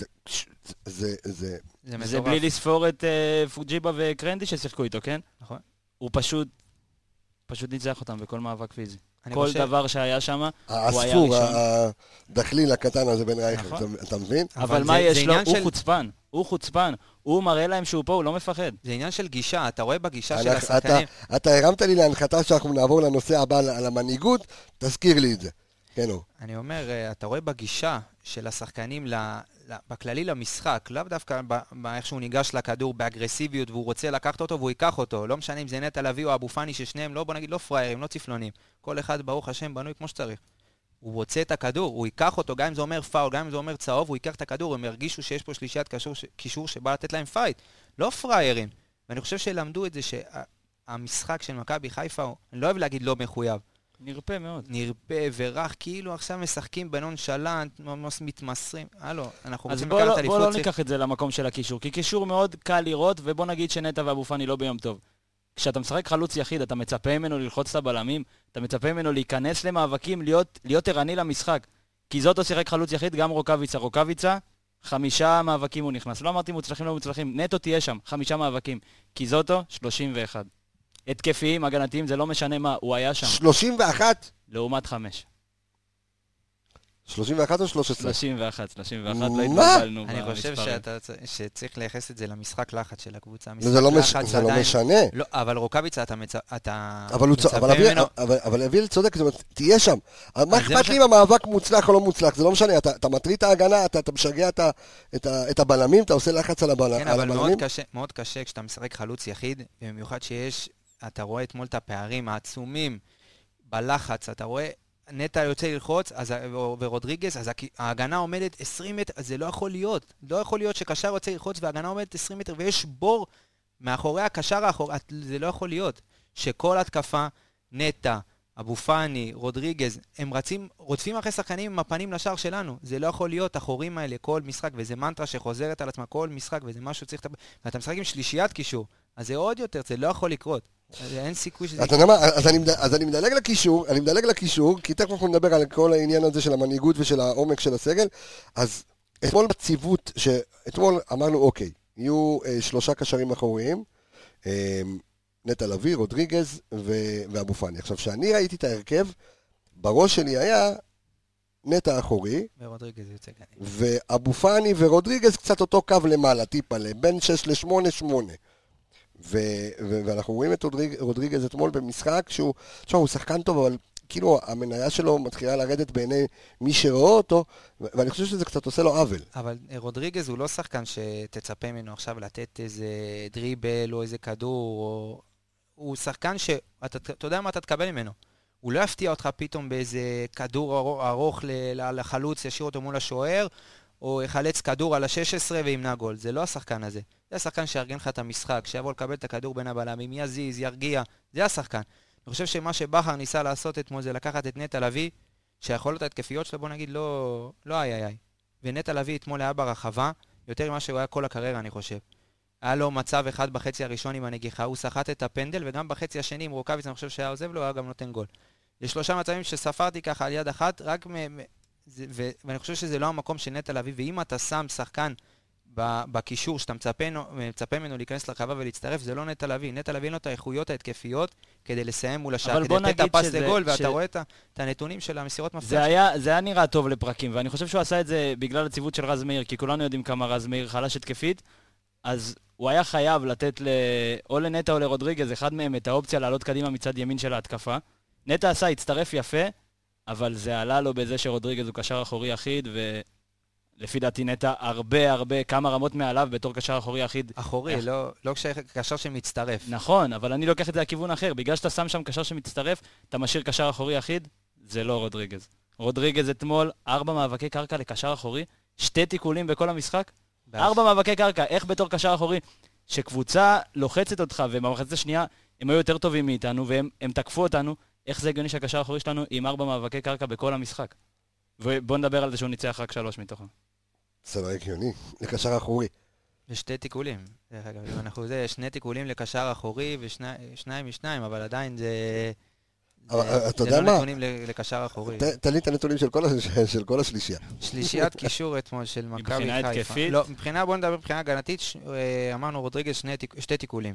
זה, זה... זה בלי לספור את פוג'יבה וקרנדי ששיחקו איתו, כן? נכון. הוא פשוט, פשוט ניצח אותם בכל מאבק פיזי. כל דבר שהיה שם, הוא היה ראשון. הספור, הדחליל הקטן הזה בין רייכרד, אתה מבין? אבל מה יש לו? הוא חוצפן. הוא חוצפן. הוא מראה להם שהוא פה, הוא לא מפחד. זה עניין של גישה, אתה רואה בגישה של השחקנים. אתה הרמת לי להנחתה שאנחנו נעבור לנושא הבא על המנהיגות, תזכיר לי את זה. כן, הוא. אני אומר, אתה רואה בגישה של השחקנים בכללי למשחק, לאו דווקא באיך שהוא ניגש לכדור באגרסיביות, והוא רוצה לקחת אותו והוא ייקח אותו. לא משנה אם זה נטע לביא או אבו פאני, ששניהם לא, בוא נגיד, לא פריירים, לא צפלונים. כל אחד ברוך השם בנוי כמו שצריך. הוא רוצה את הכדור, הוא ייקח אותו, גם אם זה אומר פאול, גם אם זה אומר צהוב, הוא ייקח את הכדור, הם ירגישו שיש פה שלישיית קישור שבא לתת להם פייט. לא פריירים. ואני חושב שלמדו את זה שהמשחק של מכבי חיפה, אני לא אוהב להגיד לא מחויב. נרפה מאוד. נרפה ורך, כאילו עכשיו משחקים בנונשלנט, ממש מתמסרים. הלו, אנחנו אז רוצים בוא לקחת לא, אליפות. בוא לא צריך- ניקח את זה למקום של הקישור, כי קישור מאוד קל לראות, ובוא נגיד שנטע ואבו פאני לא ביום טוב. כשאתה משחק חלוץ יחיד, אתה מצפה ממנו ללחוץ את הבלמים, אתה מצפה ממנו להיכנס למאבקים, להיות, להיות ערני למשחק. כי זאת לא שיחק חלוץ יחיד, גם רוקביצה. רוקביצה, חמישה מאבקים הוא נכנס. לא אמרתי מוצלחים, לא מוצלחים. נטו תהיה שם, חמישה מאבקים. כי זאתו, שלושים ואחת. התקפיים, הגנתיים, זה לא משנה מה, הוא היה שם. שלושים ואחת? לעומת חמש. שלושים ואחת או שלוש עשרה? שלושים ואחת, שלושים ואחת, מה? לא התבלבלנו אני חושב במספרים. שאתה צ- שצריך לייחס את זה למשחק לחץ של הקבוצה. לא, זה לא משחק מש- לחץ זה לא עדיין- משנה. לא, אבל רוקביצה אתה מצ- אתה אבל הוא צ- מצפה אבל אביאל- ממנו... אבל- אבל אביאל צודק, זאת אומרת, תהיה שם. מה זה אכפת מה לי אם המאבק מוצלח או לא מוצלח? זה לא משנה, אתה אתה מטריד את ההגנה, אתה אתה משגע את ה- את ה- את הבלמים, אתה עושה לחץ על הבל- כן, על אבל מאוד הבלמים. קשה, מאוד קשה כשאתה משחק חלוץ יחיד, במיוחד שיש, אתה רואה אתמול את הפערים העצומים בלחץ, אתה רואה נטע יוצא ללחוץ, אז, ורודריגז, אז ההגנה עומדת עשרים מטר, אז זה לא יכול להיות. לא יכול להיות שקשר יוצא ללחוץ וההגנה עומדת עשרים מטר, ויש בור מאחורי הקשר האחורי, זה לא יכול להיות. שכל התקפה, נטע, אבו פאני, רודריגז, הם רצים, רודפים אחרי שחקנים עם הפנים לשער שלנו. זה לא יכול להיות, החורים האלה, כל משחק, וזה מנטרה שחוזרת על עצמה כל משחק, וזה משהו צריך... ואתה משחק עם שלישיית קישור, אז זה עוד יותר, זה לא יכול לקרות. אין סיכוי שזה... אתה יודע מה, אז אני, אז אני מדלג לקישור, אני מדלג לקישור, כי תכף אנחנו נדבר על כל העניין הזה של המנהיגות ושל העומק של הסגל, אז אתמול בציוות, שאתמול אמרנו אוקיי, יהיו אה, שלושה קשרים אחוריים, אה, נטע לביא, רודריגז ו- ואבו פאני. עכשיו, כשאני ראיתי את ההרכב, בראש שלי היה נטע אחורי, ורודריגז יוצא כאן. ואבו פאני ורודריגז קצת אותו קו למעלה, טיפה, בין שש לשמונה, שמונה. ו- ו- ואנחנו רואים את רודריג- רודריגז אתמול במשחק שהוא, תשמע, הוא שחקן טוב, אבל כאילו המניה שלו מתחילה לרדת בעיני מי שרואה אותו, ו- ואני חושב שזה קצת עושה לו עוול. אבל רודריגז הוא לא שחקן שתצפה ממנו עכשיו לתת איזה דריבל או איזה כדור, או... הוא שחקן שאתה אתה יודע מה אתה תקבל ממנו. הוא לא יפתיע אותך פתאום באיזה כדור ארוך, ארוך ל- לחלוץ, ישאיר אותו מול השוער, או יחלץ כדור על ה-שש עשרה וימנע גול. זה לא השחקן הזה. זה השחקן שיארגן לך את המשחק, שיבוא לקבל את הכדור בין הבלמים, יזיז, ירגיע. זה השחקן. אני חושב שמה שבחר ניסה לעשות אתמול זה לקחת את נטע לביא, שהיכולות ההתקפיות שלו, בוא נגיד, לא, לא איי איי איי. ונטע לביא אתמול היה ברחבה, יותר ממה שהוא היה כל הקריירה, אני חושב. היה לו מצב אחד בחצי הראשון עם הנגיחה, הוא שחט את הפנדל, וגם בחצי השני עם רוקביץ, אני חושב שהיה עוזב לו, הוא היה גם נותן גול. יש שלושה מצבים שספרתי ככה על יד אחת, רק מ... זה, ו... ואני חושב שזה לא המקום של נטע לביא, ואם אתה שם שחקן בקישור, שאתה מצפה, מצפה ממנו להיכנס לרחבה ולהצטרף, זה לא נטע לביא. נטע לביא אין לו את האיכויות ההתקפיות כדי לסיים מול השער, כדי לתת את הפס שזה, לגול, ואתה ש... רואה את, את הנתונים של המסירות מפתח. זה היה, זה היה נראה טוב לפרקים, ואני חושב שהוא עשה את זה בגלל הציוות של רז מאיר, כי כולנו יודעים כמה רז מאיר חלש התקפית, אז הוא היה חייב לתת ל... או לנטע או לרודריגז, אחד מהם את האופציה לעלות קדימה מצד ימין של ההתקפה. נטע עשה, הצטרף יפה, אבל זה עלה לו בזה שרודריגז הוא קשר אחורי יחיד, ולפי דעתי נטע הרבה הרבה, כמה רמות מעליו בתור קשר אחורי יחיד. אחורי, איך... לא, לא קשר שמצטרף. נכון, אבל אני לוקח את זה לכיוון אחר. בגלל שאתה שם שם קשר שמצטרף, אתה משאיר קשר אחורי יחיד, זה לא רודריגז. רודריגז אתמול, ארבע מאבקי קרקע לקשר אחורי, שתי תיקולים בכל המשחק, ארבע מאבקי קרקע. איך בתור קשר אחורי, שקבוצה לוחצת אותך, ובמחצית השנייה הם היו יותר טובים מאיתנו, והם הם תקפו אותנו, איך זה הגיוני שהקשר האחורי שלנו עם ארבע מאבקי קרקע בכל המשחק? ובואו נדבר על זה שהוא ניצח רק שלוש מתוכם. זה לא הגיוני, לקשר אחורי. ושתי תיקולים. דרך אגב, אם אנחנו זה, שני תיקולים לקשר אחורי ושניים משניים, אבל עדיין זה... אתה יודע זה לא מה? נתונים לקשר אחורי. תן לי את הנתונים של כל השלישייה. שלישיית קישור אתמול של מכבי חיפה. מבחינה התקפית? לא, מבחינה, בוא נדבר מבחינה הגנתית, אמרנו רודריגז שתי תיקולים.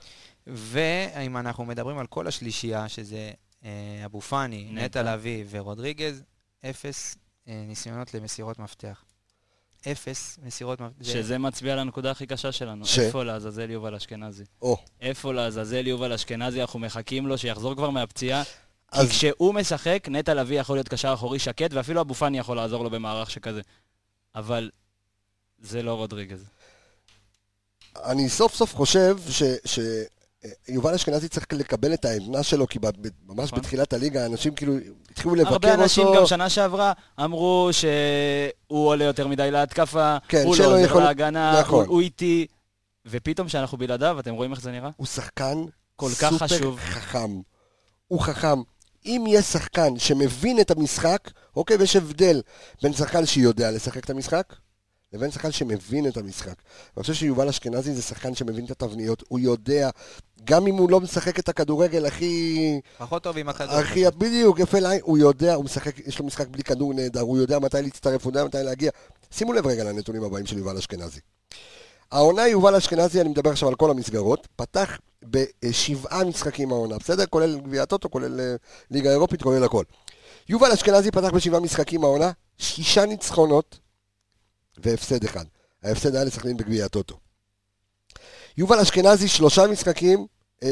ואם אנחנו מדברים על כל השלישייה, שזה אבו פאני, נטע לביא ורודריגז, אפס ניסיונות למסירות מפתח. אפס מסירות מפתח. שזה מצביע על הנקודה הכי קשה שלנו. איפה לעזאזל יובל אשכנזי? איפה לעזאזל יובל אשכנזי? אנחנו מחכים לו שיחזור כבר מהפציעה. כי כשהוא משחק, נטע לביא יכול להיות קשר אחורי שקט, ואפילו אבו פאני יכול לעזור לו במערך שכזה. אבל זה לא רודריגז. אני סוף סוף חושב ש... יובל אשכנזי צריך לקבל את העמנה שלו, כי ממש בתחילת הליגה האנשים כאילו התחילו לבקר אותו. הרבה אנשים גם שנה שעברה אמרו שהוא עולה יותר מדי להתקפה, הוא לא עוזר להגנה, הוא איטי, ופתאום שאנחנו בלעדיו, אתם רואים איך זה נראה? הוא שחקן כל כך סופר חשוב. חכם. הוא חכם, אם יש שחקן שמבין את המשחק, אוקיי, ויש הבדל בין שחקן שיודע לשחק את המשחק, לבין שחקן שמבין את המשחק. אני חושב שיובל אשכנזי זה שחקן שמבין את התבניות, הוא יודע, גם אם הוא לא משחק את הכדורגל הכי... פחות טוב עם הכדור. הכי, בדיוק, יפה לעין, הוא יודע, הוא משחק, יש לו משחק בלי כדור נהדר, הוא יודע מתי להצטרף, הוא יודע מתי להגיע. שימו לב רגע לנתונים הבאים של יובל אשכנזי. העונה יובל אשכנזי, אני מדבר עכשיו על כל המסגרות, פתח בשבעה משחקים העונה, בסדר? כולל גביע הטוטו, כולל ליגה אירופית, כולל הכל. יובל אשכנזי פתח בשבעה משחקים העונה, שישה ניצחונות והפסד אחד. ההפסד היה לסכנין בגביע הטוטו. יובל אשכנזי שלושה משחקים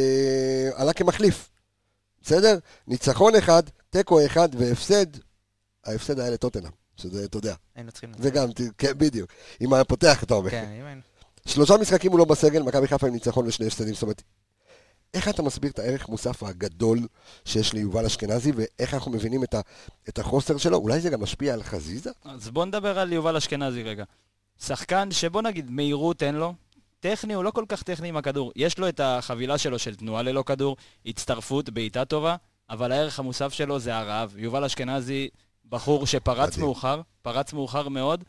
אה, עלה כמחליף. בסדר? ניצחון אחד, טקו אחד והפסד. ההפסד היה לטוטנהאם, שזה, אתה יודע. היינו צריכים... זה גם, כן, בדיוק. אם היה פותח, אתה אומר. כן, אם היינו... שלושה משחקים הוא לא בסגל, מכבי חיפה עם ניצחון ושני הפסדים. זאת אומרת, איך אתה מסביר את הערך מוסף הגדול שיש ליובל אשכנזי, ואיך אנחנו מבינים את, ה, את החוסר שלו? אולי זה גם משפיע על חזיזה? אז בוא נדבר על יובל אשכנזי רגע. שחקן שבוא נגיד מהירות אין לו, טכני הוא לא כל כך טכני עם הכדור. יש לו את החבילה שלו של תנועה ללא כדור, הצטרפות, בעיטה טובה, אבל הערך המוסף שלו זה הרעב. יובל אשכנזי בחור שפרץ מדהים. מאוחר, פרץ מאוחר מאוד,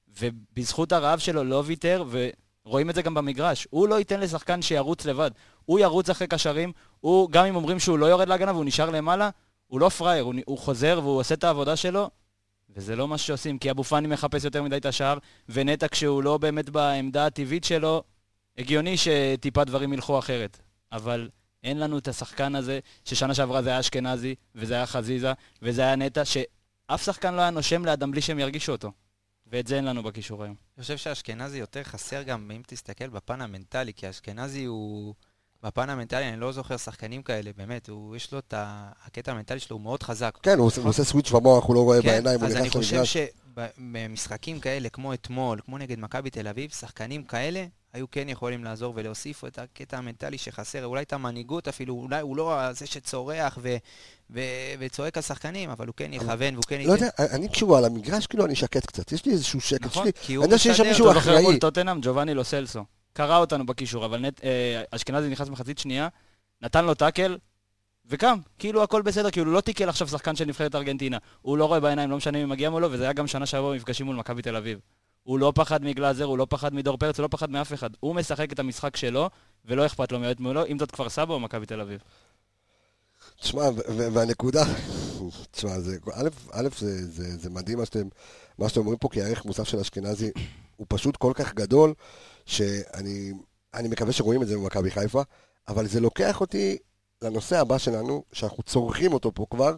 ובזכות הרעב שלו לא ויתר, ורואים את זה גם במגרש. הוא לא ייתן לשחקן שירוץ לבד. הוא ירוץ אחרי קשרים, הוא, גם אם אומרים שהוא לא יורד להגנה והוא נשאר למעלה, הוא לא פרייר, הוא, הוא חוזר והוא עושה את העבודה שלו, וזה לא מה שעושים, כי אבו פאני מחפש יותר מדי את השער, ונטע כשהוא לא באמת בעמדה הטבעית שלו, הגיוני שטיפה דברים ילכו אחרת. אבל אין לנו את השחקן הזה, ששנה שעברה זה היה אשכנזי, וזה היה חזיזה, וזה היה נטע, שאף שחקן לא היה נושם לאדם בלי שהם ירגישו אותו. ואת זה אין לנו בקישור היום. אני חושב שהאשכנזי יותר חסר גם, אם תסתכל בפן המנטלי, כי האשכנזי הוא... בפן המנטלי, אני לא זוכר שחקנים כאלה, באמת, הוא, יש לו את הקטע המנטלי שלו, הוא מאוד חזק. כן, הוא עושה סוויץ' במוח, הוא לא רואה כן, בעיניים. אז אני חושב שבמשחקים כאלה, כמו אתמול, כמו נגד מכבי תל אביב, שחקנים כאלה היו כן יכולים לעזור ולהוסיף את הקטע המנטלי שחסר, אולי את המנהיגות אפילו, אולי הוא לא זה שצורח ו, ו, וצועק על שחקנים, אבל הוא כן יכוון והוא כן ייתן. לא יודע, אני כשהוא על המגרש, כאילו אני שקט קצת, יש לי איזשהו שקט נכון, שלי. כי הוא אני יודע שיש שם מישהו אחראי. אחראי. טוטנהאם, ג'ובאני לו סלסו. קרא אותנו בקישור, אבל נט, אה, אשכנזי נכנס מחצית שנייה, נתן לו טאקל, וקם, כאילו הכל בסדר, כאילו לא תיקל עכשיו שחקן של נבחרת ארגנטינה. הוא לא רואה בעיניים, לא משנה אם מגיע מולו, וזה היה גם שנה שעברה במפגשים מול מכבי תל אביב. הוא לא פחד מגלאזר, הוא לא פחד מדור פרץ, הוא לא פחד מאף אחד. הוא משחק את המשחק שלו, ולא אכפת לו מיות מולו, אם זאת כפר סבא או מכבי תל אביב. תשמע, והנקודה, תשמע, א', זה מדהים מה שאתם אומרים פה, כי הערך מוסף של אשכנזי הוא פשוט כל כך גדול, שאני מקווה שרואים את זה במכבי חיפה, אבל זה לוקח אותי לנושא הבא שלנו, שאנחנו צורכים אותו פה כבר,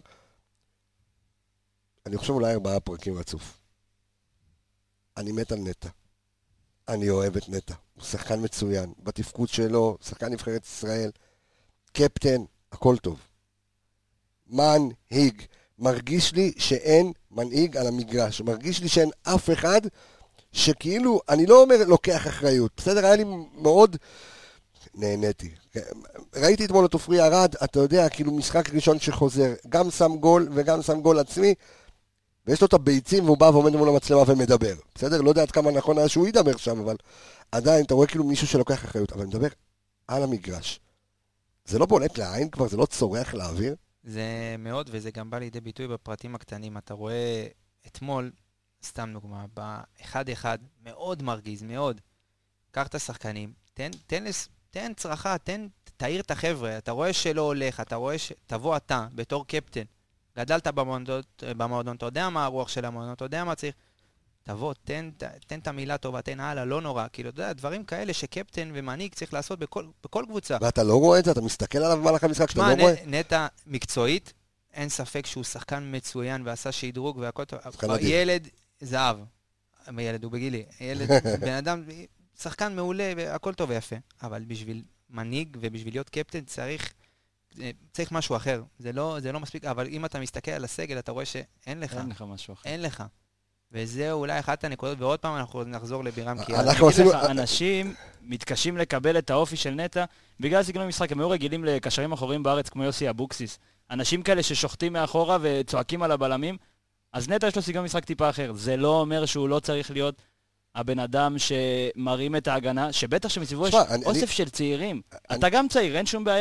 אני חושב אולי ארבעה פרקים רצוף. אני מת על נטע. אני אוהב את נטע. הוא שחקן מצוין. בתפקוד שלו, שחקן נבחרת ישראל, קפטן, הכל טוב. מנהיג. מרגיש לי שאין מנהיג על המגרש. מרגיש לי שאין אף אחד שכאילו, אני לא אומר לוקח אחריות. בסדר, היה לי מאוד... נהניתי. ראיתי אתמול את עופרי ארד, אתה יודע, כאילו משחק ראשון שחוזר, גם שם גול וגם שם גול עצמי, ויש לו את הביצים והוא בא ועומד מול המצלמה ומדבר. בסדר? לא יודע עד כמה נכון היה שהוא ידבר שם, אבל עדיין אתה רואה כאילו מישהו שלוקח אחריות, אבל מדבר על המגרש. זה לא בולט לעין כבר, זה לא צורח לאוויר? זה מאוד, וזה גם בא לידי ביטוי בפרטים הקטנים. אתה רואה אתמול, סתם דוגמה, ב-אחד אחד, מאוד מרגיז, מאוד. קח את השחקנים, תן, תן, תן צרחה, תן, תאיר את החבר'ה, אתה רואה שלא הולך, אתה רואה ש... תבוא אתה, בתור קפטן, גדלת במועדון, אתה יודע מה הרוח של המועדון, אתה יודע מה צריך, תבוא, תן, תן את המילה טובה, תן הלאה, לא נורא, כאילו, אתה יודע, דברים כאלה שקפטן ומנהיג צריך לעשות בכל, בכל קבוצה. ואתה לא רואה את זה, אתה מסתכל עליו במהלך המשחק, שאתה לא רואה? נטע מקצועית, אין ספק שהוא שחקן מצוין ועשה שדרוג והכל טוב. ילד זהב, ילד הוא בגילי, ילד, בן אדם, שחקן מעולה והכל טוב ויפה, אבל בשביל מנהיג ובשביל להיות קפטן צריך, צריך משהו אחר. זה לא, זה לא מספיק, אבל אם אתה מסתכל על הסגל, אתה רואה שאין לך. אין לך משהו אחר. אין לך. וזה אולי אחת הנקודות, ועוד פעם אנחנו נחזור לבירם, כי... אנחנו עשינו... לך, אנשים מתקשים לקבל את האופי של נטע, בגלל סגנון המשחק, הם היו רגילים לקשרים אחוריים בארץ כמו יוסי אבוקסיס. אנשים כאלה ששוחטים מאחורה וצועקים על הבלמים, אז נטע יש לו סגנון משחק טיפה אחר. זה לא אומר שהוא לא צריך להיות הבן אדם שמרים את ההגנה, שבטח שמסביבו יש אוסף של צעירים. אתה גם צעיר, אין שום בעיה.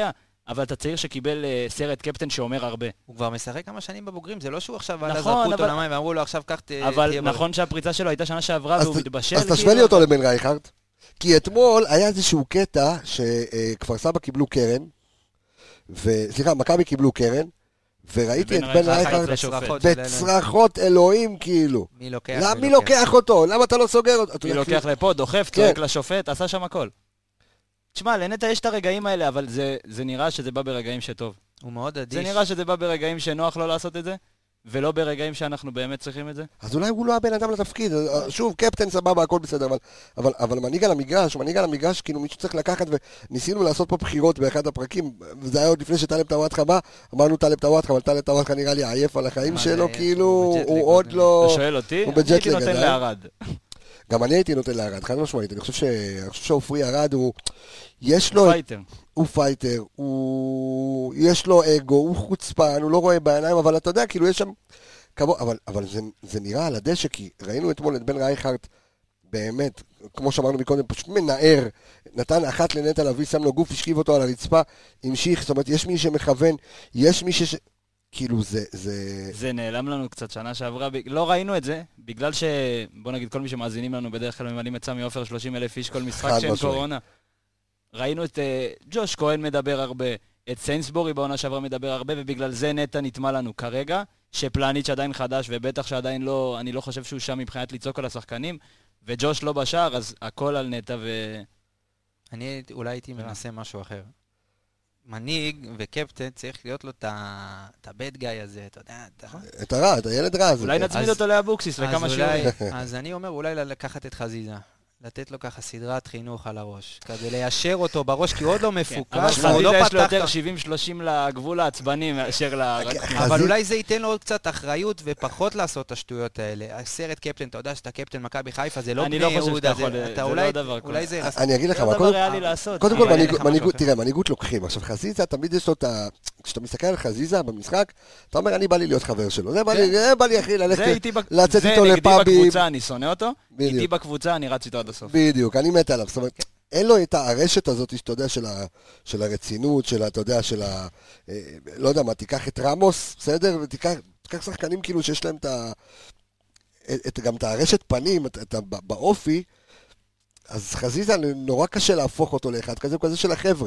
אבל אתה צעיר שקיבל אה, סרט קפטן שאומר הרבה. הוא כבר משחק כמה שנים בבוגרים, זה לא שהוא עכשיו עלה נכון, זרקו אותו אבל- למים ואמרו לו עכשיו קח ת- אבל תהיה בריא. נכון שהפריצה שלו הייתה שנה שעברה אז והוא ת- מתבשל. אז תשווה כאילו, לי אותו אבל- לבן רייכרד, כי אתמול היה איזשהו קטע שכפר סבא קיבלו קרן, וסליחה, מכבי קיבלו קרן, וראיתי את ובן בן רייכרד רייכרד בצרחות של אלה. בצרחות אלוהים כאילו. מי לוקח? למה- מי לוקח אותו? למה אתה לא סוגר אותו? אתה מי יודע, לוקח לפה, דוחף, כן. צועק לשופט, עשה שם הכל. תשמע, לנטע יש את הרגעים האלה, אבל זה, זה נראה שזה בא ברגעים שטוב. הוא מאוד אדיש. זה נראה שזה בא ברגעים שנוח לא לעשות את זה, ולא ברגעים שאנחנו באמת צריכים את זה. אז אולי הוא לא הבן אדם לתפקיד, שוב, קפטן סבבה, הכל בסדר, אבל, אבל, אבל מנהיג על המגרש, מנהיג על המגרש, כאילו מישהו צריך לקחת, וניסינו לעשות פה בחירות באחד הפרקים, וזה היה עוד לפני שטלב טוואטחה בא, אמרנו טלב טוואטחה, אבל טלב טוואטחה נראה לי עייף על החיים מה זה שלו, עייף? כאילו, הוא בג'ט הוא ליג עוד עוד. לא... אתה שואל אותי? הוא אני בג'ט הייתי ליג, נותן אה? לערד. גם אני הייתי נותן לארד, חד משמעית, אני חושב ש... אני חושב שעופרי ארד הוא... יש לו... פייטר. הוא פייטר, הוא... יש לו אגו, הוא חוצפן, הוא לא רואה בעיניים, אבל אתה יודע, כאילו יש שם... כמו... אבל, אבל זה, זה נראה על הדשא, כי ראינו אתמול את בן רייכרד, באמת, כמו שאמרנו מקודם, פשוט מנער, נתן אחת לנטע לביא, שם לו גוף, השכיב אותו על הרצפה, המשיך, זאת אומרת, יש מי שמכוון, יש מי ש... כאילו זה... זה... זה נעלם לנו קצת שנה שעברה, ב- לא ראינו את זה, בגלל ש... בוא נגיד, כל מי שמאזינים לנו בדרך כלל ממלאים את סמי עופר שלושים אלף איש כל משחק חד שאין משמעית. קורונה. ראינו את uh, ג'וש כהן מדבר הרבה, את סיינסבורי בעונה שעברה מדבר הרבה, ובגלל זה נטע נטמע לנו כרגע, שפלניץ' עדיין חדש, ובטח שעדיין לא, אני לא חושב שהוא שם מבחינת לצעוק על השחקנים, וג'וש לא בשער, אז הכל על נטע ו... אני אולי הייתי מנסה משהו אחר. מנהיג וקפטן צריך להיות לו את ה- את הבד גאי הזה, אתה יודע, אתה... את הרע, את הילד רע הזה. אולי כן. נצמיד אז- אותו לאבוקסיס אז לכמה אולי- שיעורים. אז אני אומר אולי לקחת את חזיזה, לתת לו ככה סדרת חינוך על הראש, כדי ליישר אותו בראש, כי הוא עוד לא כן, מפוקס, אבל והוא עוד לא חזיזה יש לו פתח... יותר את ה- שבעים שלושים לגבול העצבני מאשר ל... חזיזה- אבל אולי זה ייתן לו עוד קצת אחריות ופחות לעשות את השטויות האלה. הסרט קפטן, אתה יודע שאתה קפטן מכבי חיפה, זה לא אני בני לא חושב יהודה, שאתה יכול, זה- זה אתה לא אולי- דבר כזה. אולי זה... אני אגיד לך, זה אבל דבר קודם- ריאלי לעשות. קודם אבל כל, אין מנהיג- לך משהו מנהיגות, אחר. תראה, מנהיגות לוקחים. עכשיו, חזיזה, תמיד יש לו את ה... כשאתה מסתכל על חזיזה במשחק, אתה אומר, אני בא לי להיות חבר שלו. זה בא לי, זה בא לי, אחי, זה ללכת, איתי בק- לצאת זה איתו נגדי לפאבים. בקבוצה, אני שונא אותו. בדיוק. איתי בקבוצה, אני רץ איתו עד הסוף. בדיוק, אני מת עליו. זאת אומרת, אין לו את הרשת הזאת, שאתה יודע, של ה- של הרצינות, של ה... אתה יודע, של ה... אה, לא יודע מה, תיקח את רמוס, בסדר? ותיקח תיקח שחקנים כאילו שיש להם את ה... את, גם את הרשת פנים, את, את, ה- באופי, אז חזיזה נורא קשה להפוך אותו לאחד כזה, כזה של החבר'ה.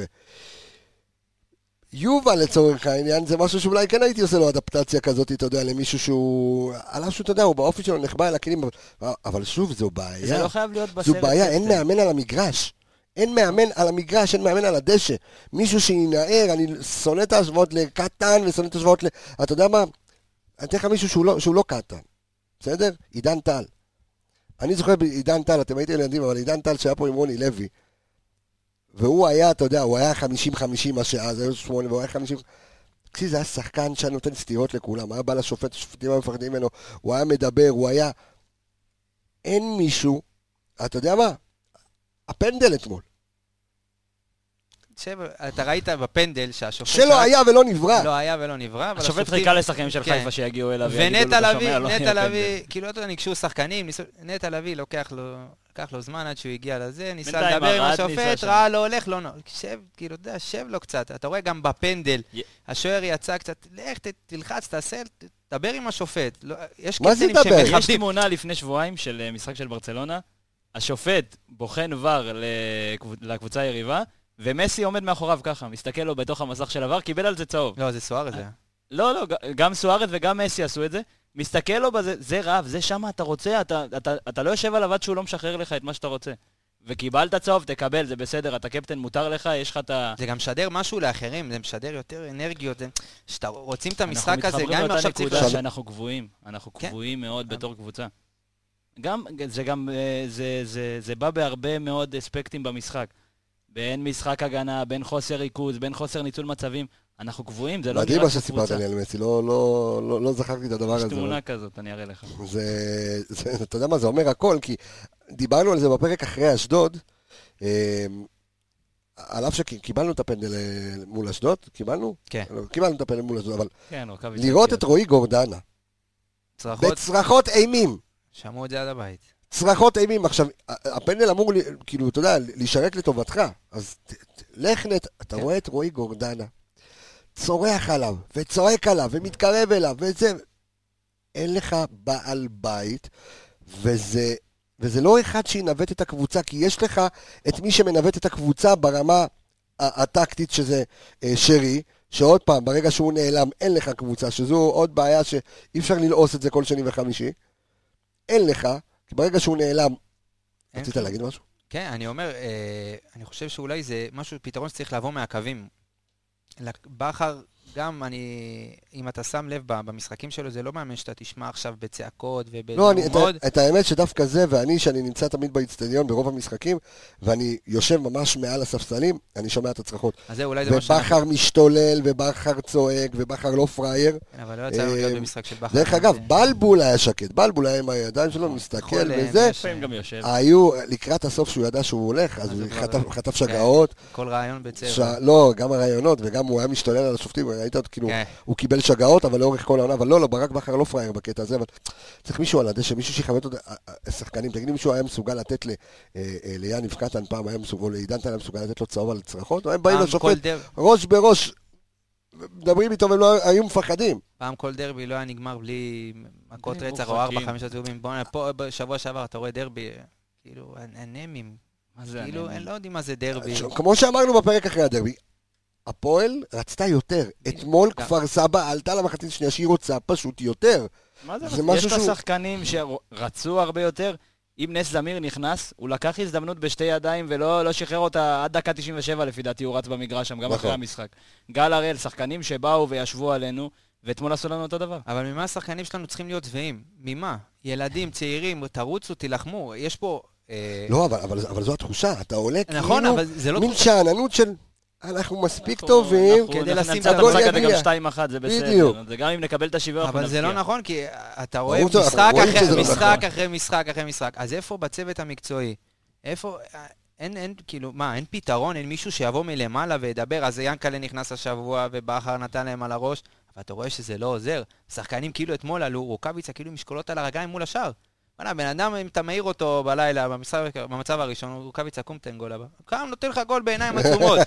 יובל לצורך העניין זה משהו שאולי כן הייתי עושה לו אדפטציה כזאת, אתה יודע, למישהו שהוא, עליו שהוא, אתה יודע, הוא באופי שלו נחבא אל הכלים, אבל, אבל שוב, זו בעיה. זה לא חייב להיות בסרט. זו בעיה, אין קפטן. מאמן על המגרש. אין מאמן על המגרש, אין מאמן על הדשא. מישהו שינער, אני שונא את ההשוואות לקטן ושונא את ההשוואות ל... אתה יודע מה? אני אתן לך מישהו שהוא לא, שהוא לא קטן. בסדר? עידן טל. אני זוכר בעידן טל, אתם הייתם ילדים, אבל עידן טל שהיה פה עם רוני לוי, והוא היה, אתה יודע, הוא היה חמישים חמישים מה שאז, היו שמונה, והוא היה חמישים... כשזה זה היה שחקן שהיה נותן סתירות לכולם, היה בא לשופט, השופטים היו מפחדים ממנו, הוא היה מדבר, הוא היה... אין מישהו, אתה יודע מה? הפנדל אתמול. שב, אתה ראית בפנדל שהשופט... שלא שרק- היה ולא נברא. לא היה ולא נברא, אבל השופט השופטים- חיכה לשחקנים של כן. חיפה שיגיעו אליו ויגידו לו, ונטע אתה לביא, שומע, לא נטע היה לביא, פנדל. כאילו אותו ניגשו שחקנים, ניסו- נטע לביא לוקח לו... לקח לו זמן עד שהוא הגיע לזה, ניסה בינתיים לדבר עם ארד ניסה השופט, שם. ראה לא הולך, לא... נו- שב, כאילו, אתה יודע, שב לו קצת. אתה רואה גם בפנדל, י- השוער יצא קצת, לך, ת- תלחץ, תעשה, ת- דבר עם השופט. לא- יש מה זה קפטנים לדבר? יש שמכבדים. תמונה לפני שבועיים של אה, משחק של ברצלונה, השופט בוחן ור לקב- לקבוצה היריבה, ומסי עומד מאחוריו ככה, מסתכל לו בתוך המסך של עבר, קיבל על זה צהוב. לא, זה סוארז זה. לא, לא, ג- גם סוארץ וגם מסי עשו את זה, מסתכל לו בזה, זה רב, זה שמה אתה רוצה, אתה, אתה, אתה לא יושב עליו עד שהוא לא משחרר לך את מה שאתה רוצה. וקיבלת צהוב, תקבל, זה בסדר, אתה קפטן, מותר לך, יש לך את ה... זה גם משדר משהו לאחרים, זה משדר יותר אנרגיות, זה- שאתה רוצים את אנחנו המשחק הזה, מתחברים גם אם לאותה עכשיו צריך... נקודה עכשיו- שאנחנו קבועים, אנחנו כן. קבועים מאוד גם. בתור קבוצה. גם, זה גם, אה, זה, זה, זה בא בהרבה מאוד אספקטים במשחק. בין משחק הגנה, בין חוסר ריכוז, בין חוסר ניצול מצבים. אנחנו קבועים, זה לא מדהים נראה מה כמו שסיפרת קבוצה. לי על מסי, לא, לא, לא, לא זכרתי את הדבר יש הזה. תמונה כזאת, אני אראה לך. זה, זה, אתה יודע מה, זה אומר הכל, כי דיברנו על זה בפרק אחרי אשדוד, אה, על אף שקיבלנו את הפנדל אה, מול אשדוד, קיבלנו? כן. לא, קיבלנו את הפנדל מול אשדוד, אבל כן, מכבי לראות צרפת. את רועי גורדנה, צרחות, בצרחות אימים, שמעו את זה עד הבית. צרחות אימים, עכשיו, הפנדל אמור, לי- כאילו, אתה יודע, להישרק לטובתך, אז ת- ת- לך נת, אתה כן. רואה את רועי גורדנה, צורח עליו, וצועק עליו, ומתקרב אליו, וזה... אין לך בעל בית, וזה, וזה לא אחד שינווט את הקבוצה, כי יש לך את מי שמנווט את הקבוצה ברמה הטקטית, שזה שרי, שעוד פעם, ברגע שהוא נעלם, אין לך קבוצה, שזו עוד בעיה שאי אפשר ללעוס את זה כל שני וחמישי. אין לך, כי ברגע שהוא נעלם, רצית להגיד משהו? כן, אני אומר, אני חושב שאולי זה משהו, פתרון שצריך לבוא מהקווים. בכר, גם אני, אם אתה שם לב במשחקים שלו, זה לא מאמן שאתה תשמע עכשיו בצעקות ובנאומות. לא, את האמת שדווקא זה, ואני, שאני נמצא תמיד באצטדיון ברוב המשחקים, ואני יושב ממש מעל הספסלים, אני שומע את הצרחות. אז זה אולי זה ובכר משתולל, ובכר צועק, ובכר לא פרייר. אבל לא יצא להיות במשחק של בכר. דרך אגב, בלבול היה שקט, בלבול היה עם הידיים שלו, מסתכל וזה. היו, לקראת הסוף שהוא ידע שהוא הולך, אז הוא חטף שגעות. כל רעיון בצבע. לא, גם הרעיונות, וגם הוא היה משתולל על השופטים, ראית אותו, כאילו, הוא קיבל שגעות, אבל לאורך כל העונה, אבל לא, לא, ברק בכר לא פרייר בקטע הזה, אבל צריך מישהו על הדשא, מישהו שיכבד עוד השחקנים, תגידי, מישהו היה מסוגל לתת ליאניב קטן פעם, או לעידנטן היה מסוגל לתת לו צהוב על הצרחות, הם באים לשופט, ראש בראש, מדברים איתו, והם לא היו מפחדים. פעם כל דרבי לא היה נגמר בלי מכות רצח או ארבע, חמש צהובים. פה בשבוע שעבר אתה רואה דרבי, כאילו, אנמים, כאילו, הם לא יודעים מה זה דרבי. כמו שאמרנו בפרק אחרי הדרבי, הפועל רצתה יותר. אתמול כפר סבא עלתה למחצית שנייה שהיא רוצה פשוט יותר. מה זה? יש את השחקנים שרצו הרבה יותר. אם נס זמיר נכנס, הוא לקח הזדמנות בשתי ידיים ולא שחרר אותה עד דקה תשעים ושבע לפי דעתי, הוא רץ במגרש שם, גם אחרי המשחק. גל הראל, שחקנים שבאו וישבו עלינו, ואתמול עשו לנו אותו דבר. אבל ממה השחקנים שלנו צריכים להיות צבעים? ממה? ילדים, צעירים, תרוצו, תילחמו. יש פה... לא, אבל זו התחושה. אתה עולה כאילו מין שעננות של... אנחנו מספיק טובים כדי לשים את המשחק הזה גם שתיים אחת, זה בסדר. זה גם אם נקבל את השבעה. אבל זה לא נכון, כי אתה רואה משחק אחרי משחק אחרי משחק. אז איפה בצוות המקצועי? איפה... אין, כאילו, מה, אין פתרון, אין מישהו שיבוא מלמעלה וידבר, אז ינקלה נכנס השבוע ובכר נתן להם על הראש, אבל אתה רואה שזה לא עוזר. שחקנים כאילו אתמול עלו, רוקאביצה כאילו משקולות על הרגליים מול השאר. בן אדם, אם אתה מעיר אותו בלילה, במצב הראשון, רוקאביצה קום תן גול הבא. קם, נותן לך גול בעיניים עצומות.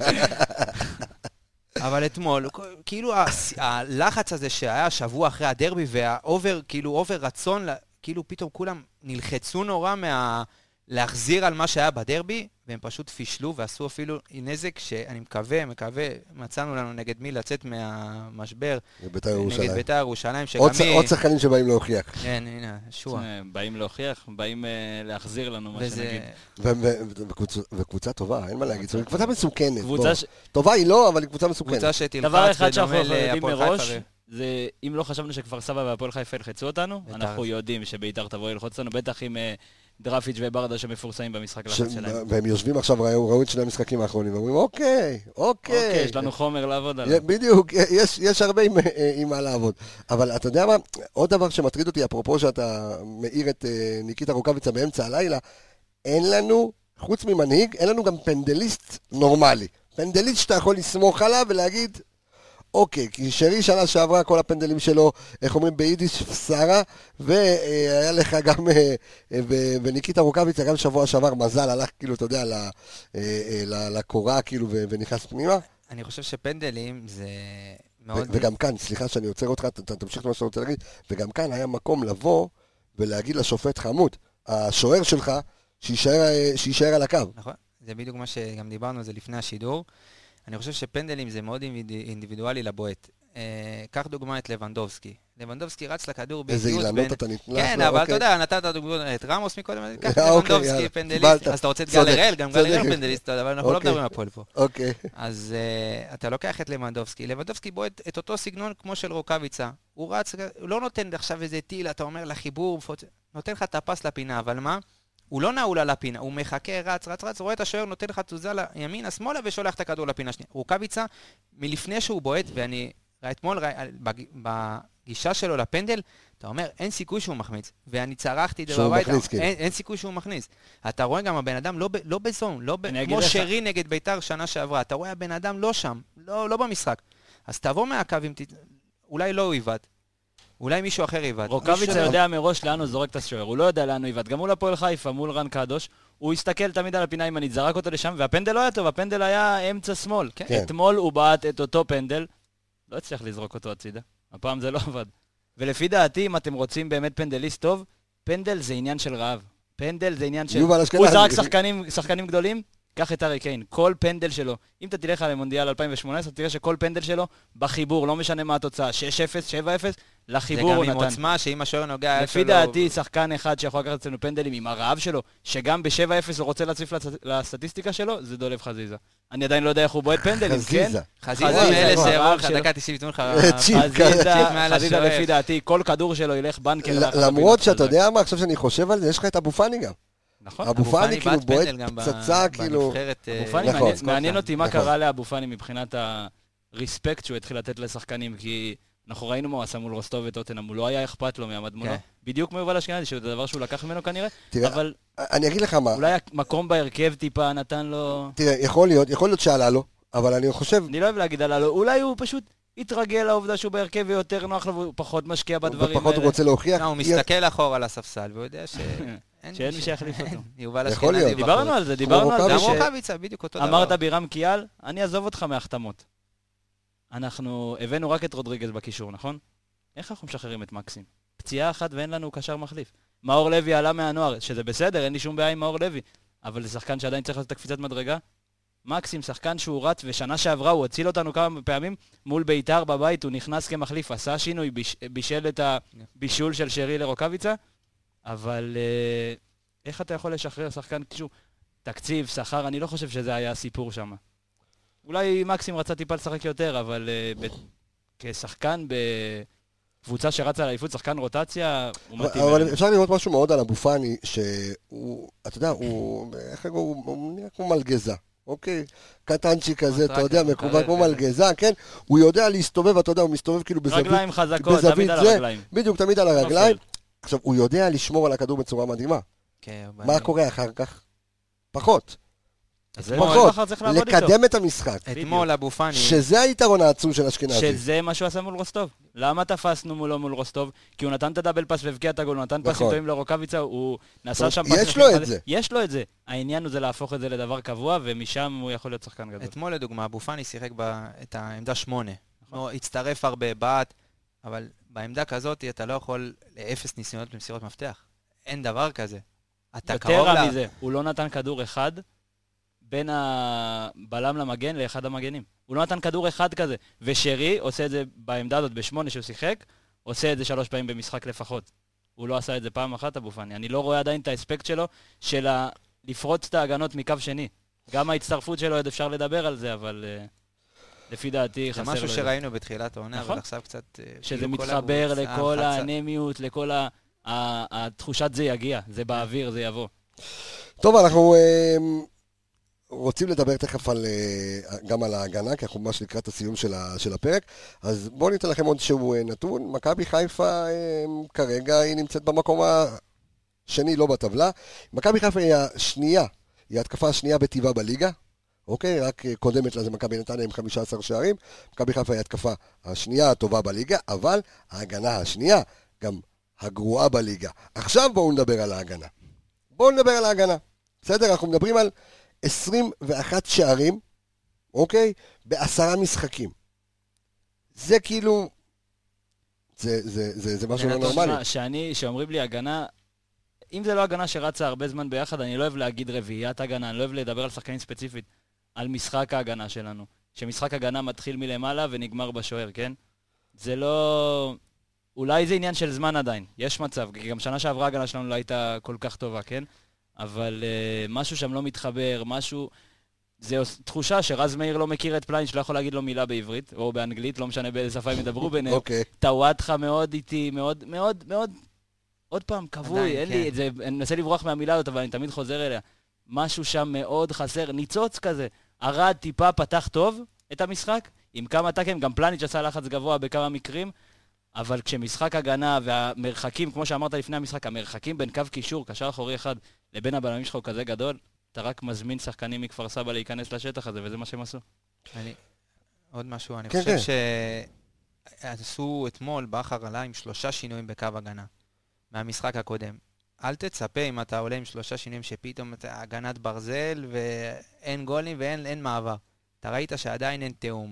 אבל אתמול, כאילו הלחץ הזה שהיה שבוע אחרי הדרבי, והאובר, כאילו אובר רצון, כאילו פתאום כולם נלחצו נורא מה... להחזיר על מה שהיה בדרבי, והם פשוט פישלו ועשו אפילו נזק שאני מקווה, מקווה, מצאנו לנו נגד מי לצאת מהמשבר. נגד בית"ר ירושלים, שגם היא... עוד שחקנים שבאים להוכיח. כן, הנה, שועה. באים להוכיח, באים להחזיר לנו מה שנגיד. וקבוצה טובה, אין מה להגיד. זו קבוצה מסוכנת. טובה היא לא, אבל היא קבוצה מסוכנת. קבוצה שתלחץ דבר אחד שאנחנו יודעים מראש, זה אם לא חשבנו שכפר סבא והפועל חיפה ילחצו אותנו, אנחנו יודעים שבית"ר תבוא ללחוץ אותנו, בטח עם דרפיץ' וברדה שמפורסמים במשחק לחץ שלהם. והם יושבים עכשיו, ראו את שני המשחקים האחרונים, ואומרים, אוקיי, אוקיי. אוקיי, יש לנו חומר לעבוד עליו. בדיוק, יש הרבה עם מה לעבוד. אבל אתה יודע מה, עוד דבר שמטריד אותי, אפרופו שאתה מאיר את ניקיטה רוקאביצה באמצע הלילה, אין לנו, חוץ ממנהיג, אין לנו גם פנדליסט נורמלי. פנדליסט שאתה יכול לסמוך עליו ולהגיד, אוקיי, כי שרי שנה שעברה כל הפנדלים שלו, איך אומרים, ביידיש שרה, והיה לך גם, וניקיטה רוקאביצה, גם שבוע שעבר, מזל, הלך כאילו, אתה יודע, לקורה, כאילו, ונכנס פנימה. אני חושב שפנדלים זה מאוד... וגם כאן, סליחה שאני עוצר אותך, תמשיך מה שאתה רוצה להגיד, וגם כאן היה מקום לבוא ולהגיד לשופט חמוד, השוער שלך, שישאר על הקו. נכון, זה בדיוק מה שגם דיברנו, זה לפני השידור. אני חושב שפנדלים זה מאוד אינדיבידואלי לבועט. קח דוגמה את לבנדובסקי. לבנדובסקי רץ לכדור באיטיות. איזה אילנות אתה נתנס. כן, אבל אתה יודע, נתת דוגמה את רמוס מקודם, קח את לבנדובסקי פנדליסט. אז אתה רוצה את גל הראל, גם גל הראל פנדליסט, אבל אנחנו לא מדברים הפועל פה. אוקיי. אז אתה לוקח את לבנדובסקי. לבנדובסקי בועט את אותו סגנון כמו של רוקאביצה. הוא רץ, הוא לא נותן עכשיו איזה טיל, אתה אומר לחיבור, נותן לך את הפס לפינה, אבל מה? הוא לא נעול על הפינה, הוא מחכה, רץ, רץ, רץ, רואה את השוער, נותן לך תזוזה לימינה, שמאלה, ושולח את הכדור לפינה שנייה. רוקאביצה, מלפני שהוא בועט, ואני ראי אתמול, בגישה שלו לפנדל, אתה אומר, אין סיכוי שהוא מחמיץ. ואני צרחתי את זה בבית, אין סיכוי שהוא מכניס. אתה רואה גם הבן אדם לא בזון, כמו שרי נגד בית"ר שנה שעברה, אתה רואה הבן אדם לא שם, לא במשחק. אז תבוא מהקו, אולי לא הוא יבד. אולי מישהו אחר יבד. רוקאביצה יודע מראש לאן הוא זורק את השוער, הוא לא יודע לאן הוא יבד. גם מול הפועל חיפה, מול רן קדוש, הוא הסתכל תמיד על הפינה ימנית, זרק אותו לשם, והפנדל לא היה טוב, הפנדל היה אמצע שמאל. אתמול הוא בעט את אותו פנדל, לא הצליח לזרוק אותו הצידה. הפעם זה לא עבד. ולפי דעתי, אם אתם רוצים באמת פנדליסט טוב, פנדל זה עניין של רעב. פנדל זה עניין של... יובל אשכנזי. הוא זרק שחקנים, שחקנים גדולים, קח את הארי קיין. כל פנדל שלו, אם אתה תלך על המונדיאל אלפיים ושמונה עשרה, תראה שכל פנדל שלו בחיבור, לא משנה מה התוצאה, שש אפס, שבע אפס, לחיבור הוא זה גם נתן. עם עוצמה, שאם השוער נוגע... לפי דעתי, שחקן אחד שיכול לקחת אצלנו פנדלים עם הרעב שלו, שגם ב-שבע אפס הוא רוצה להצליף לסטטיסטיקה שלו, זה דולב חזיזה. אני עדיין לא יודע איך הוא בועט פנדלים, כן? חזיזה. חזיזה חזיזה, מאלה הוא שיראו הרעב לך שלו. דקה תשעים ייתנו לך... צ'יפ. חזיזה, מעל חזיזה השוער. לפי דעתי, כל כדור שלו ילך בנקר. ל- לאחת למרות הפינות שאתה חזק. יודע מה, עכשיו שאני חושב על זה, יש לך את אבו פאני גם. נכון. אבו פאני כאילו בעט בועט פנדל גם ב- פצצה, כאילו... בנבחרת, אה, אבו פאני, נכון. מעניין- סקוטלנד. מעניין אותי מה נכון. קרה לאבו פאני מבחינת הריספקט שהוא התחיל לתת לשחקנים, כי אנחנו ראינו מה הוא עשה מול רוסטוב וטוטנהאם, הוא לא היה אכפת לו מעמד מולו, כן. בדיוק מיובל אשכנזי, שזה דבר שהוא לקח ממנו כנראה, תראה, אבל אני אגיד לך מה, אולי המקום בהרכב טיפה נתן לו... תראה, יכול להיות, יכול להיות שעלה לו, אבל אני חושב, אני לא אוהב להגיד עלה לו, אולי הוא פשוט התרגל לעובדה שהוא בהרכב ויותר נוח לו, והוא פחות משקיע בדברים ופחות הוא האלה. רוצה להוכיח. לא, הוא מסתכל אחורה על הספסל, והוא יודע ש... שאין מי שיחליף אותו. יובל יכול אשכנזי להיות. דיברנו על זה, דיברנו על זה זה, רוקאביצה. גם רוקאביצה, בדיוק אותו דבר. אמרת בירם קיאל, אני אעזוב אותך מהחתמות. אנחנו הבאנו רק את רודריגז בקישור, נכון? איך אנחנו משחררים את מקסים? פציעה אחת ואין לנו קשר מחליף. מאור לוי עלה מהנוער, שזה בסדר, אין לי שום בעיה עם מאור לוי, אבל זה שחקן שעדיין צריך לעשות את הקפיצת מדרגה. מקסים, שחקן שהוא רץ, ושנה שעברה הוא הציל אותנו כמה פעמים מול ביתר בבית, הוא נכנס כמחליף, עשה שינוי, ביש, בישל את הבישול של שרי לרוקאביצה, אבל אה, איך אתה יכול לשחרר שחקן קישור? תקציב, שכר, אני לא חושב שזה היה הסיפור שם. אולי מקסים רצה טיפה לשחק יותר, אבל uh, ב- כשחקן בקבוצה שרצה על האליפות, שחקן רוטציה, הוא מתאים. אבל אלינו. אפשר לראות משהו מאוד על אבו פאני, שהוא, אתה יודע, הוא, איך הוא, הוא, הוא נראה כמו מלגזה, אוקיי? קטנצ'י כזה, אתה יודע, מקובל כמו מלגזה, כן? הוא יודע להסתובב, אתה יודע, הוא מסתובב כאילו בזווית, רגליים חזקות, בזווית תמיד על זה, הרגליים. בדיוק, תמיד על הרגליים. נופל. עכשיו, הוא יודע לשמור על הכדור בצורה מדהימה. כן, מה אני- קורה אחר כך? פחות. אז זה פחות. מחר צריך לעבוד איתו. לקדם את המשחק. אתמול אבו פאני... שזה היתרון העצום של אשכנזי. שזה מה שהוא עשה מול רוסטוב. למה תפסנו מולו מול רוסטוב? כי הוא נתן את הדאבל פס והבקיע את הגול, הוא נתן פסים נכון. טובים לרוקאביצה, הוא נעשה זאת שם אומרת, פסים יש לו אחד- את זה. יש לו את זה. העניין הוא זה להפוך את זה לדבר קבוע, ומשם הוא יכול להיות שחקן גדול. אתמול לדוגמה, אבו פאני שיחק ב- את העמדה שמונה. הוא הצטרף הרבה, בעט, אבל בעמדה כזאת אתה לא יכול לאפס ניסיונות במסירות מפתח. אין דבר כזה. אתה קרוב יותר לה... מזה, הוא לא נתן כדור אחד בין הבלם למגן לאחד המגנים. הוא לא נתן כדור אחד כזה. ושרי עושה את זה בעמדה הזאת בשמונה שהוא שיחק, עושה את זה שלוש פעמים במשחק לפחות. הוא לא עשה את זה פעם אחת, אבו פאני. אני לא רואה עדיין את האספקט שלו של ה... לפרוץ את ההגנות מקו שני. גם ההצטרפות שלו, עוד אפשר לדבר על זה, אבל uh, לפי דעתי זה חסר לו. משהו את זה. שראינו בתחילת העונה, נכון. אבל עכשיו קצת... אה, שזה כאילו כל מתחבר הקבוצה, לכל חצה- האנמיות, לכל ה... ה- התחושת זה יגיע, זה באוויר, זה יבוא. טוב, אנחנו אה, רוצים לדבר תכף על, אה, גם על ההגנה, כי אנחנו ממש לקראת הסיום של, ה, של הפרק. אז בואו ניתן לכם עוד שהוא אה, נתון. מכבי חיפה אה, כרגע היא נמצאת במקום השני, לא בטבלה. מכבי חיפה היא השנייה, היא ההתקפה השנייה בטבעה בליגה. אוקיי, רק אה, קודמת לזה מכבי נתניה עם חמישה עשר שערים. מכבי חיפה היא ההתקפה השנייה הטובה בליגה, אבל ההגנה השנייה גם הגרועה בליגה. עכשיו בואו נדבר על ההגנה. בואו נדבר על ההגנה. בסדר, אנחנו מדברים על עשרים ואחד שערים, אוקיי? בעשרה משחקים. זה כאילו... זה, זה, זה, זה משהו לא נתון, נורמלי. תשמע, שאני, שאומרים לי הגנה, אם זה לא הגנה שרצה הרבה זמן ביחד, אני לא אוהב להגיד רביעיית הגנה, אני לא אוהב לדבר על שחקנים ספציפית, על משחק ההגנה שלנו. שמשחק הגנה מתחיל מלמעלה ונגמר בשוער, כן? זה לא... אולי זה עניין של זמן עדיין, יש מצב, כי גם שנה שעברה ההגנה שלנו לא הייתה כל כך טובה, כן? אבל uh, משהו שם לא מתחבר, משהו... זה תחושה שרז מאיר לא מכיר את פליין, שלא יכול להגיד לו מילה בעברית, או באנגלית, לא משנה באיזה שפה הם ידברו ביניהם. אוקיי. טוואטחה מאוד איטי, מאוד, מאוד, מאוד, עוד פעם, כבוי, עדיין, אין כן. לי את זה, אני מנסה לברוח מהמילה הזאת, אבל אני תמיד חוזר אליה. משהו שם מאוד חסר, ניצוץ כזה. ארד טיפה פתח טוב את המשחק, עם כמה טאקים, גם פלניץ' עשה לחץ גבוה בכמה מקרים, אבל כשמשחק הגנה והמרחקים, כמו שאמרת לפני המשחק, המרחקים בין קו קישור, קשר אחורי אחד, לבין הבלמים שלך הוא כזה גדול, אתה רק מזמין שחקנים מכפר סבא להיכנס לשטח הזה, וזה מה שהם עשו. אני... עוד משהו, אני כן, חושב כן. שעשו אתמול, בכר עלה עם שלושה שינויים בקו הגנה מהמשחק הקודם. אל תצפה אם אתה עולה עם שלושה שינויים שפתאום אתה הגנת ברזל ואין גולים ואין אין מעבר. אתה ראית שעדיין אין תאום.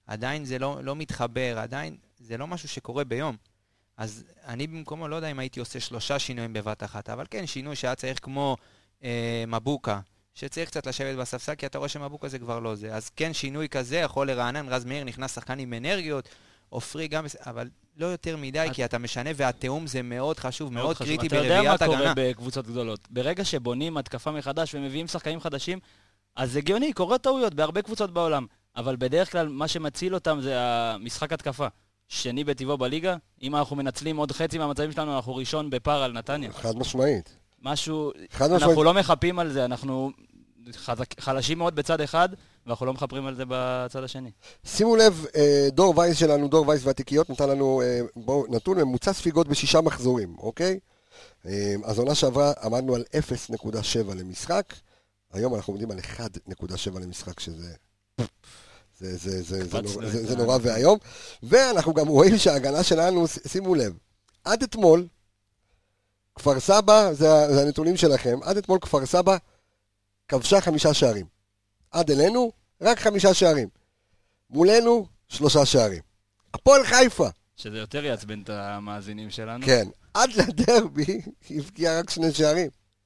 עדיין זה לא, לא מתחבר, עדיין זה לא משהו שקורה ביום. אז אני במקומו לא יודע אם הייתי עושה שלושה שינויים בבת אחת, אבל כן, שינוי שהיה צריך כמו אה, מבוקה, שצריך קצת לשבת בספסל, כי אתה רואה שמבוקה זה כבר לא זה. אז כן, שינוי כזה יכול לרענן, רז מאיר נכנס שחקן עם אנרגיות, עופרי גם, אבל לא יותר מדי, את... כי אתה משנה, והתאום זה מאוד חשוב, מאוד, מאוד חשוב. קריטי ברביעיית הגנה. אתה יודע מה קורה בקבוצות גדולות. ברגע שבונים התקפה מחדש ומביאים שחקנים חדשים, אז הגיוני, קורה טעויות בהרבה קבוצות בעולם, אבל בדרך כלל מה שמציל אותם זה המשחק התקפה. שני בטבעו בליגה, אם אנחנו מנצלים עוד חצי מהמצבים שלנו, אנחנו ראשון בפער על נתניה. חד משמעית. משהו, חד אנחנו משמעית. לא מחפים על זה, אנחנו חזק, חלשים מאוד בצד אחד, ואנחנו לא מחפרים על זה בצד השני. שימו לב, דור וייס שלנו, דור וייס והתיקיות, נתן לנו, בואו, נתון ממוצע ספיגות בשישה מחזורים, אוקיי? אז עונה שעברה עמדנו על אפס נקודה שבע למשחק, היום אנחנו עומדים על אחת נקודה שבע למשחק, שזה... זה, זה, זה, זה, נורא, זה, זה נורא והיום. ואנחנו גם רואים שההגנה שלנו, שימו לב, עד אתמול, כפר סבא, זה, זה הנתונים שלכם, עד אתמול כפר סבא כבשה חמישה שערים. עד אלינו, רק חמישה שערים. מולנו, שלושה שערים. הפועל חיפה. שזה יותר יעצבן את המאזינים שלנו. כן, עד לדרבי, הבקיעה רק שני שערים.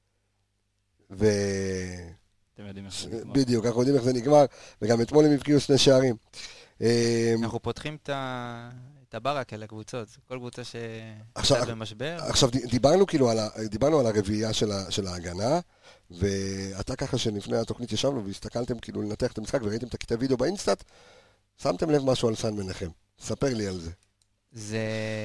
ו... אתם יודעים איך זה נגמר. בדיוק, אנחנו יודעים איך זה נגמר, וגם אתמול הם הבקיעו שני שערים. אנחנו פותחים את הברק על הקבוצות, כל קבוצה שעכשיו במשבר. עכשיו, דיברנו כאילו על, דיברנו על הרביעייה של, של ההגנה, ואתה ככה שלפני התוכנית ישבנו והסתכלתם כאילו לנתח את המשחק וראיתם את הקטעי וידאו באינסטאט, שמתם לב משהו על סן מנחם. ספר לי על זה. זה...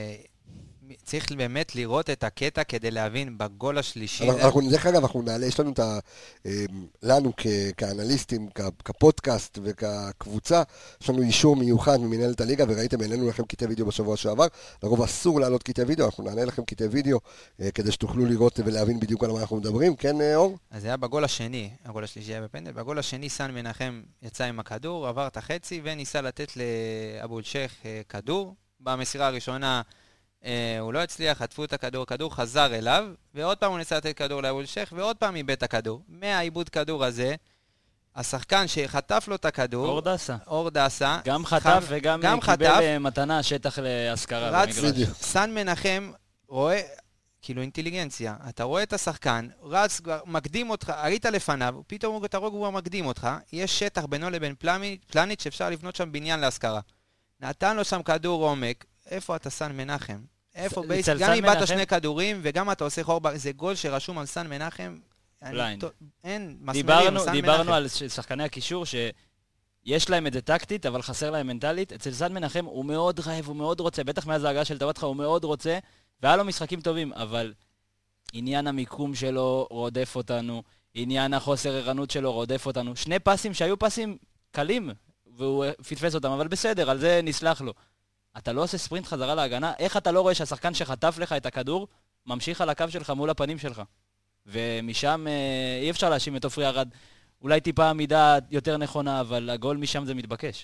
צריך באמת לראות את הקטע כדי להבין בגול השלישי. אנחנו, דרך אגב, אנחנו נעלה, יש לנו את ה... לנו כאנליסטים, כפודקאסט וכקבוצה, יש לנו אישור מיוחד ממנהלת הליגה, וראיתם, העלינו לכם קטעי וידאו בשבוע שעבר, לרוב אסור לעלות קטעי וידאו, אנחנו נעלה לכם קטעי וידאו, כדי שתוכלו לראות ולהבין בדיוק על מה אנחנו מדברים, כן, אור? אז זה היה בגול השני, הגול השלישי היה בפנדל, בגול השני סן מנחם יצא עם הכדור, עבר את החצי, וניסה לתת לאבו אל-שייח כדור, במסירה הראשונה Uh, הוא לא הצליח, חטפו את הכדור, הכדור חזר אליו, ועוד פעם הוא ניסה לתת כדור לאבו אל-שייח, ועוד פעם איבד את הכדור. מהעיבוד כדור הזה, השחקן שחטף לו את הכדור, אור דסה. אור דסה. גם חטף ח... וגם גם קיבל חטף, מתנה, שטח להשכרה במגרש. סן מנחם רואה, כאילו אינטליגנציה, אתה רואה את השחקן, רץ, מקדים אותך, היית לפניו, פתאום אתה רואה כבר מקדים אותך, יש שטח בינו לבין פלניץ' שאפשר לבנות שם בניין להשכרה. נתן לו שם כדור עומק, איפה אתה סן מנחם? איפה בייס? גם איבדת שני כדורים, וגם אתה עושה חור, זה גול שרשום על סן מנחם. בליינד. אין מסמרים, סן מנחם. דיברנו על שחקני הקישור, שיש להם את זה טקטית, אבל חסר להם מנטלית. אצל סן מנחם הוא מאוד רעב, הוא מאוד רוצה, בטח מאז ההגעה של טוואטחה, הוא מאוד רוצה, והיה לו משחקים טובים, אבל עניין המיקום שלו רודף אותנו, עניין החוסר ערנות שלו רודף אותנו. שני פסים שהיו פסים קלים, והוא פספס אותם, אבל בסדר, על זה נסלח לו. אתה לא עושה ספרינט חזרה להגנה, איך אתה לא רואה שהשחקן שחטף לך את הכדור, ממשיך על הקו שלך מול הפנים שלך. ומשם אה, אי אפשר להאשים את עופרי ארד, אולי טיפה עמידה יותר נכונה, אבל הגול משם זה מתבקש.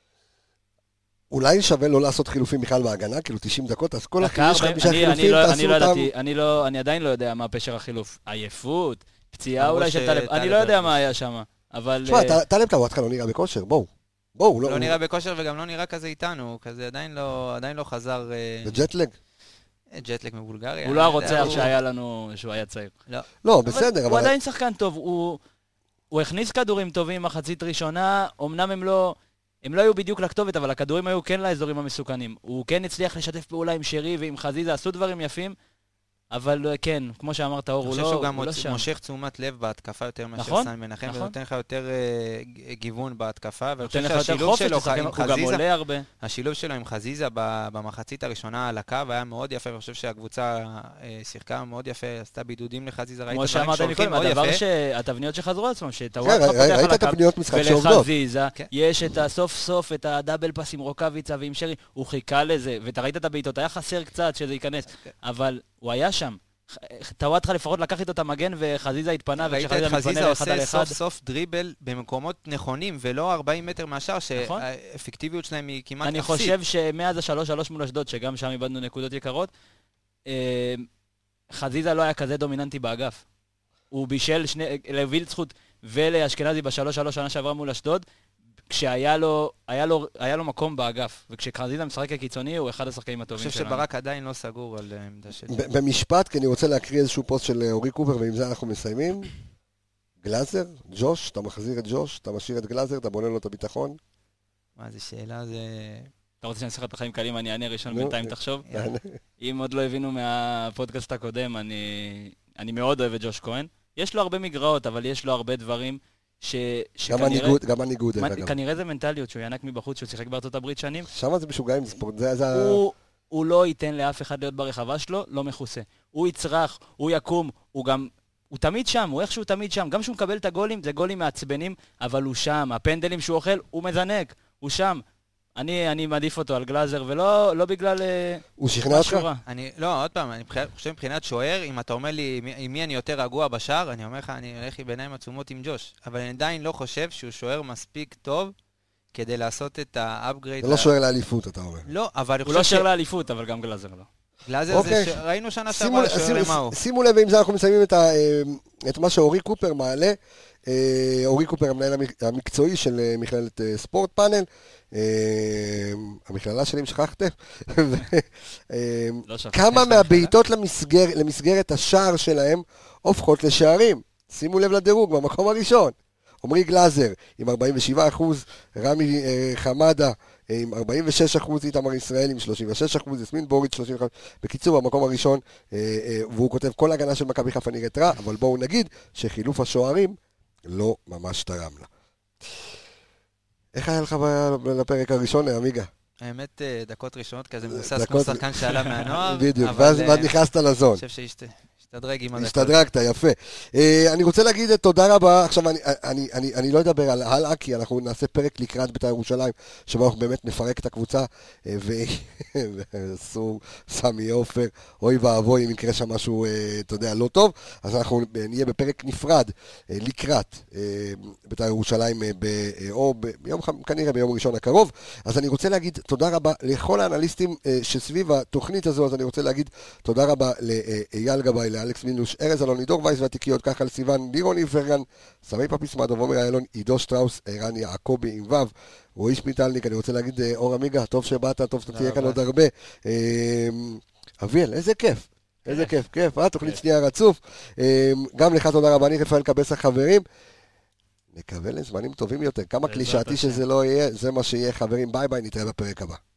אולי שווה לא לעשות חילופים בכלל בהגנה, כאילו תשעים דקות, אז כל החילופים חילופים תעשו אותם. אני לא, אני עדיין לא יודע מה פשר החילוף. עייפות, פציעה אולי של טלב, אני לא יודע מה היה שם, אבל... תשמע, טלב טוואטחה לא נראה בכושר, בואו. בואו, לא נראה בכושר וגם לא נראה כזה איתנו, כזה עדיין לא, עדיין לא חזר... בג'טלג? ג'טלג מבולגריה. הוא לא הרוצח שהיה לנו, שהוא היה צעיר. לא. לא, בסדר, אבל... הוא עדיין שחקן טוב, הוא הכניס כדורים טובים מחצית ראשונה, אמנם הם לא... הם לא היו בדיוק לכתובת, אבל הכדורים היו כן לאזורים המסוכנים. הוא כן הצליח לשתף פעולה עם שרי ועם חזיזה, עשו דברים יפים, אבל כן, כמו שאמרת, אור, הוא לא שם. אני חושב שהוא גם מושך תשומת לב בהתקפה יותר מאשר סן מנחם, ונותן לך יותר גיוון בהתקפה, ואני חושב שהשילוב שלו עם חזיזה, השילוב שלו עם חזיזה במחצית הראשונה על הקו היה מאוד יפה, ואני חושב שהקבוצה שיחקה מאוד יפה, עשתה בידודים לחזיזה, ראית דברים שהולכים מאוד יפה. הדבר שהתבניות שחזרו עצמם, שטוואטחה פותח על הקו, ולחזיזה, יש סוף סוף את הדאבל פס עם רוקאביצה ועם שרי, הוא חיכה לזה, ואתה ראית את הבעיטות, היה חסר קצת שזה ייכנס, אבל הוא היה שם. טוואטחה לפחות לקח איתו את המגן וחזיזה התפנה, וכשחזיזה חזיזה עושה סוף סוף דריבל במקומות נכונים, ולא ארבעים מטר מהשאר, שהאפקטיביות שלהם היא כמעט אפסית. אני חושב שמאז השלוש שלוש מול אשדוד, שגם שם איבדנו נקודות יקרות, חזיזה לא היה כזה דומיננטי באגף. הוא בישל לווילד זכות ולאשכנזי בשלוש שלוש שנה שעברה מול אשדוד, כשהיה לו, היה לו, היה לו מקום באגף, וכשחזיזה משחק הקיצוני הוא אחד השחקנים הטובים אני שלנו. חושב שברק עדיין לא סגור על עמדה שלי. ב- במשפט, כי אני רוצה להקריא איזשהו פוסט של אורי קופר, ועם זה אנחנו מסיימים. גלאזר, ג'וש, אתה מחזיר את ג'וש, אתה משאיר את גלאזר, אתה בונה לו את הביטחון. מה זה שאלה, זה... אתה רוצה שאני אעשה לך את החיים קלים, אני אענה ראשון נו, בינתיים, תחשוב. יאללה. אם עוד לא הבינו מהפודקאסט הקודם, אני, אני מאוד אוהב את ג'וש כהן. יש לו הרבה מגרעות, אבל יש לו הרבה דברים ש, גם הניגוד, גם הניגוד, דרך אגב. כנראה זה מנטליות, שהוא ינק מבחוץ, שהוא שיחק בארצות הברית שנים. שמה זה משוגעים, ספורט, זה... זה... הוא, הוא לא ייתן לאף אחד להיות ברחבה שלו, לא מכוסה. הוא יצרח, הוא יקום, הוא גם... הוא תמיד שם, הוא איכשהו תמיד שם. גם כשהוא מקבל את הגולים, זה גולים מעצבנים, אבל הוא שם. הפנדלים שהוא אוכל, הוא מזנק, הוא שם. אני, אני מעדיף אותו על גלאזר, ולא לא בגלל... הוא שכנע אותך? אני, לא, עוד פעם, אני חושב מבחינת שוער, אם אתה אומר לי עם מי אני יותר רגוע בשער, אני אומר לך, אני הולך לי בעיניים עצומות עם ג'וש. אבל אני עדיין לא חושב שהוא שוער מספיק טוב כדי לעשות את האפגרייד. זה לא שוער לאליפות, אתה אומר. לא, אבל אני הוא חושב לא שוער לאליפות, אבל גם גלאזר לא. גלאזר זה ש... ראינו שנה שעברה שוער למה הוא. שימו לב, ועם זה אנחנו מסיימים את מה שאורי קופר מעלה. אורי קופר, המנהל המקצועי של מכללת ספורט פאנל. המכללה שלי, אם שכחתם. כמה מהבעיטות למסגרת השער שלהם הופכות לשערים. שימו לב לדירוג, במקום הראשון. עומרי גלאזר עם ארבעים ושבעה אחוז, רמי חמדה עם ארבעים ושש אחוז, איתמר ישראל עם שלושים ושש אחוז, יסמין בוריץ' שלושים וחמש אחוז. בקיצור, במקום הראשון, והוא כותב כל הגנה של מכבי חיפה נראית רע, אבל בואו נגיד שחילוף השוערים לא ממש תרם לה. איך היה לך לפרק הראשון, עמיגה? האמת, דקות ראשונות כזה מבוסס כמו שחקן שעלה מהנוער. בדיוק, ואז נכנסת לזון. אני חושב שהשתדרג עם הדקות. השתדרגת, יפה. אני רוצה להגיד תודה רבה, עכשיו אני לא אדבר על הלאה, כי אנחנו נעשה פרק לקראת בית"ר ירושלים, שבו אנחנו באמת נפרק את הקבוצה, וסור, סמי עופר, אוי ואבוי, אם יקרה שם משהו, אתה יודע, לא טוב, אז אנחנו נהיה בפרק נפרד, לקראת בית"ר ירושלים, או כנראה ביום ראשון הקרוב, אז אני רוצה להגיד תודה רבה לכל האנליסטים שסביב התוכנית הזו, אז אני רוצה להגיד תודה רבה לאייל גבאי, לאלכס מינוש, ארז אלון, עידור וייס והתיקיות, ככה לסיוון, לירוני פרגן, סמי פפיסמד, עומר איילון, עידו שטראוס, ערן יעקבי עם וו, רועי שמיטלניק. אני רוצה להגיד אור עמיגה, טוב שבאת, טוב שתהיה כאן עוד הרבה. אביאל, איזה כיף, איזה כיף, כיף, אה, תוכנית שנייה רצוף. גם לך תודה רבה, אני רפאל קבס החברים. נקווה לזמנים טובים יותר, כמה קלישאתי שזה לא יהיה, זה מה שיהיה, חברים, ביי ביי, נתראה בפרק הבא.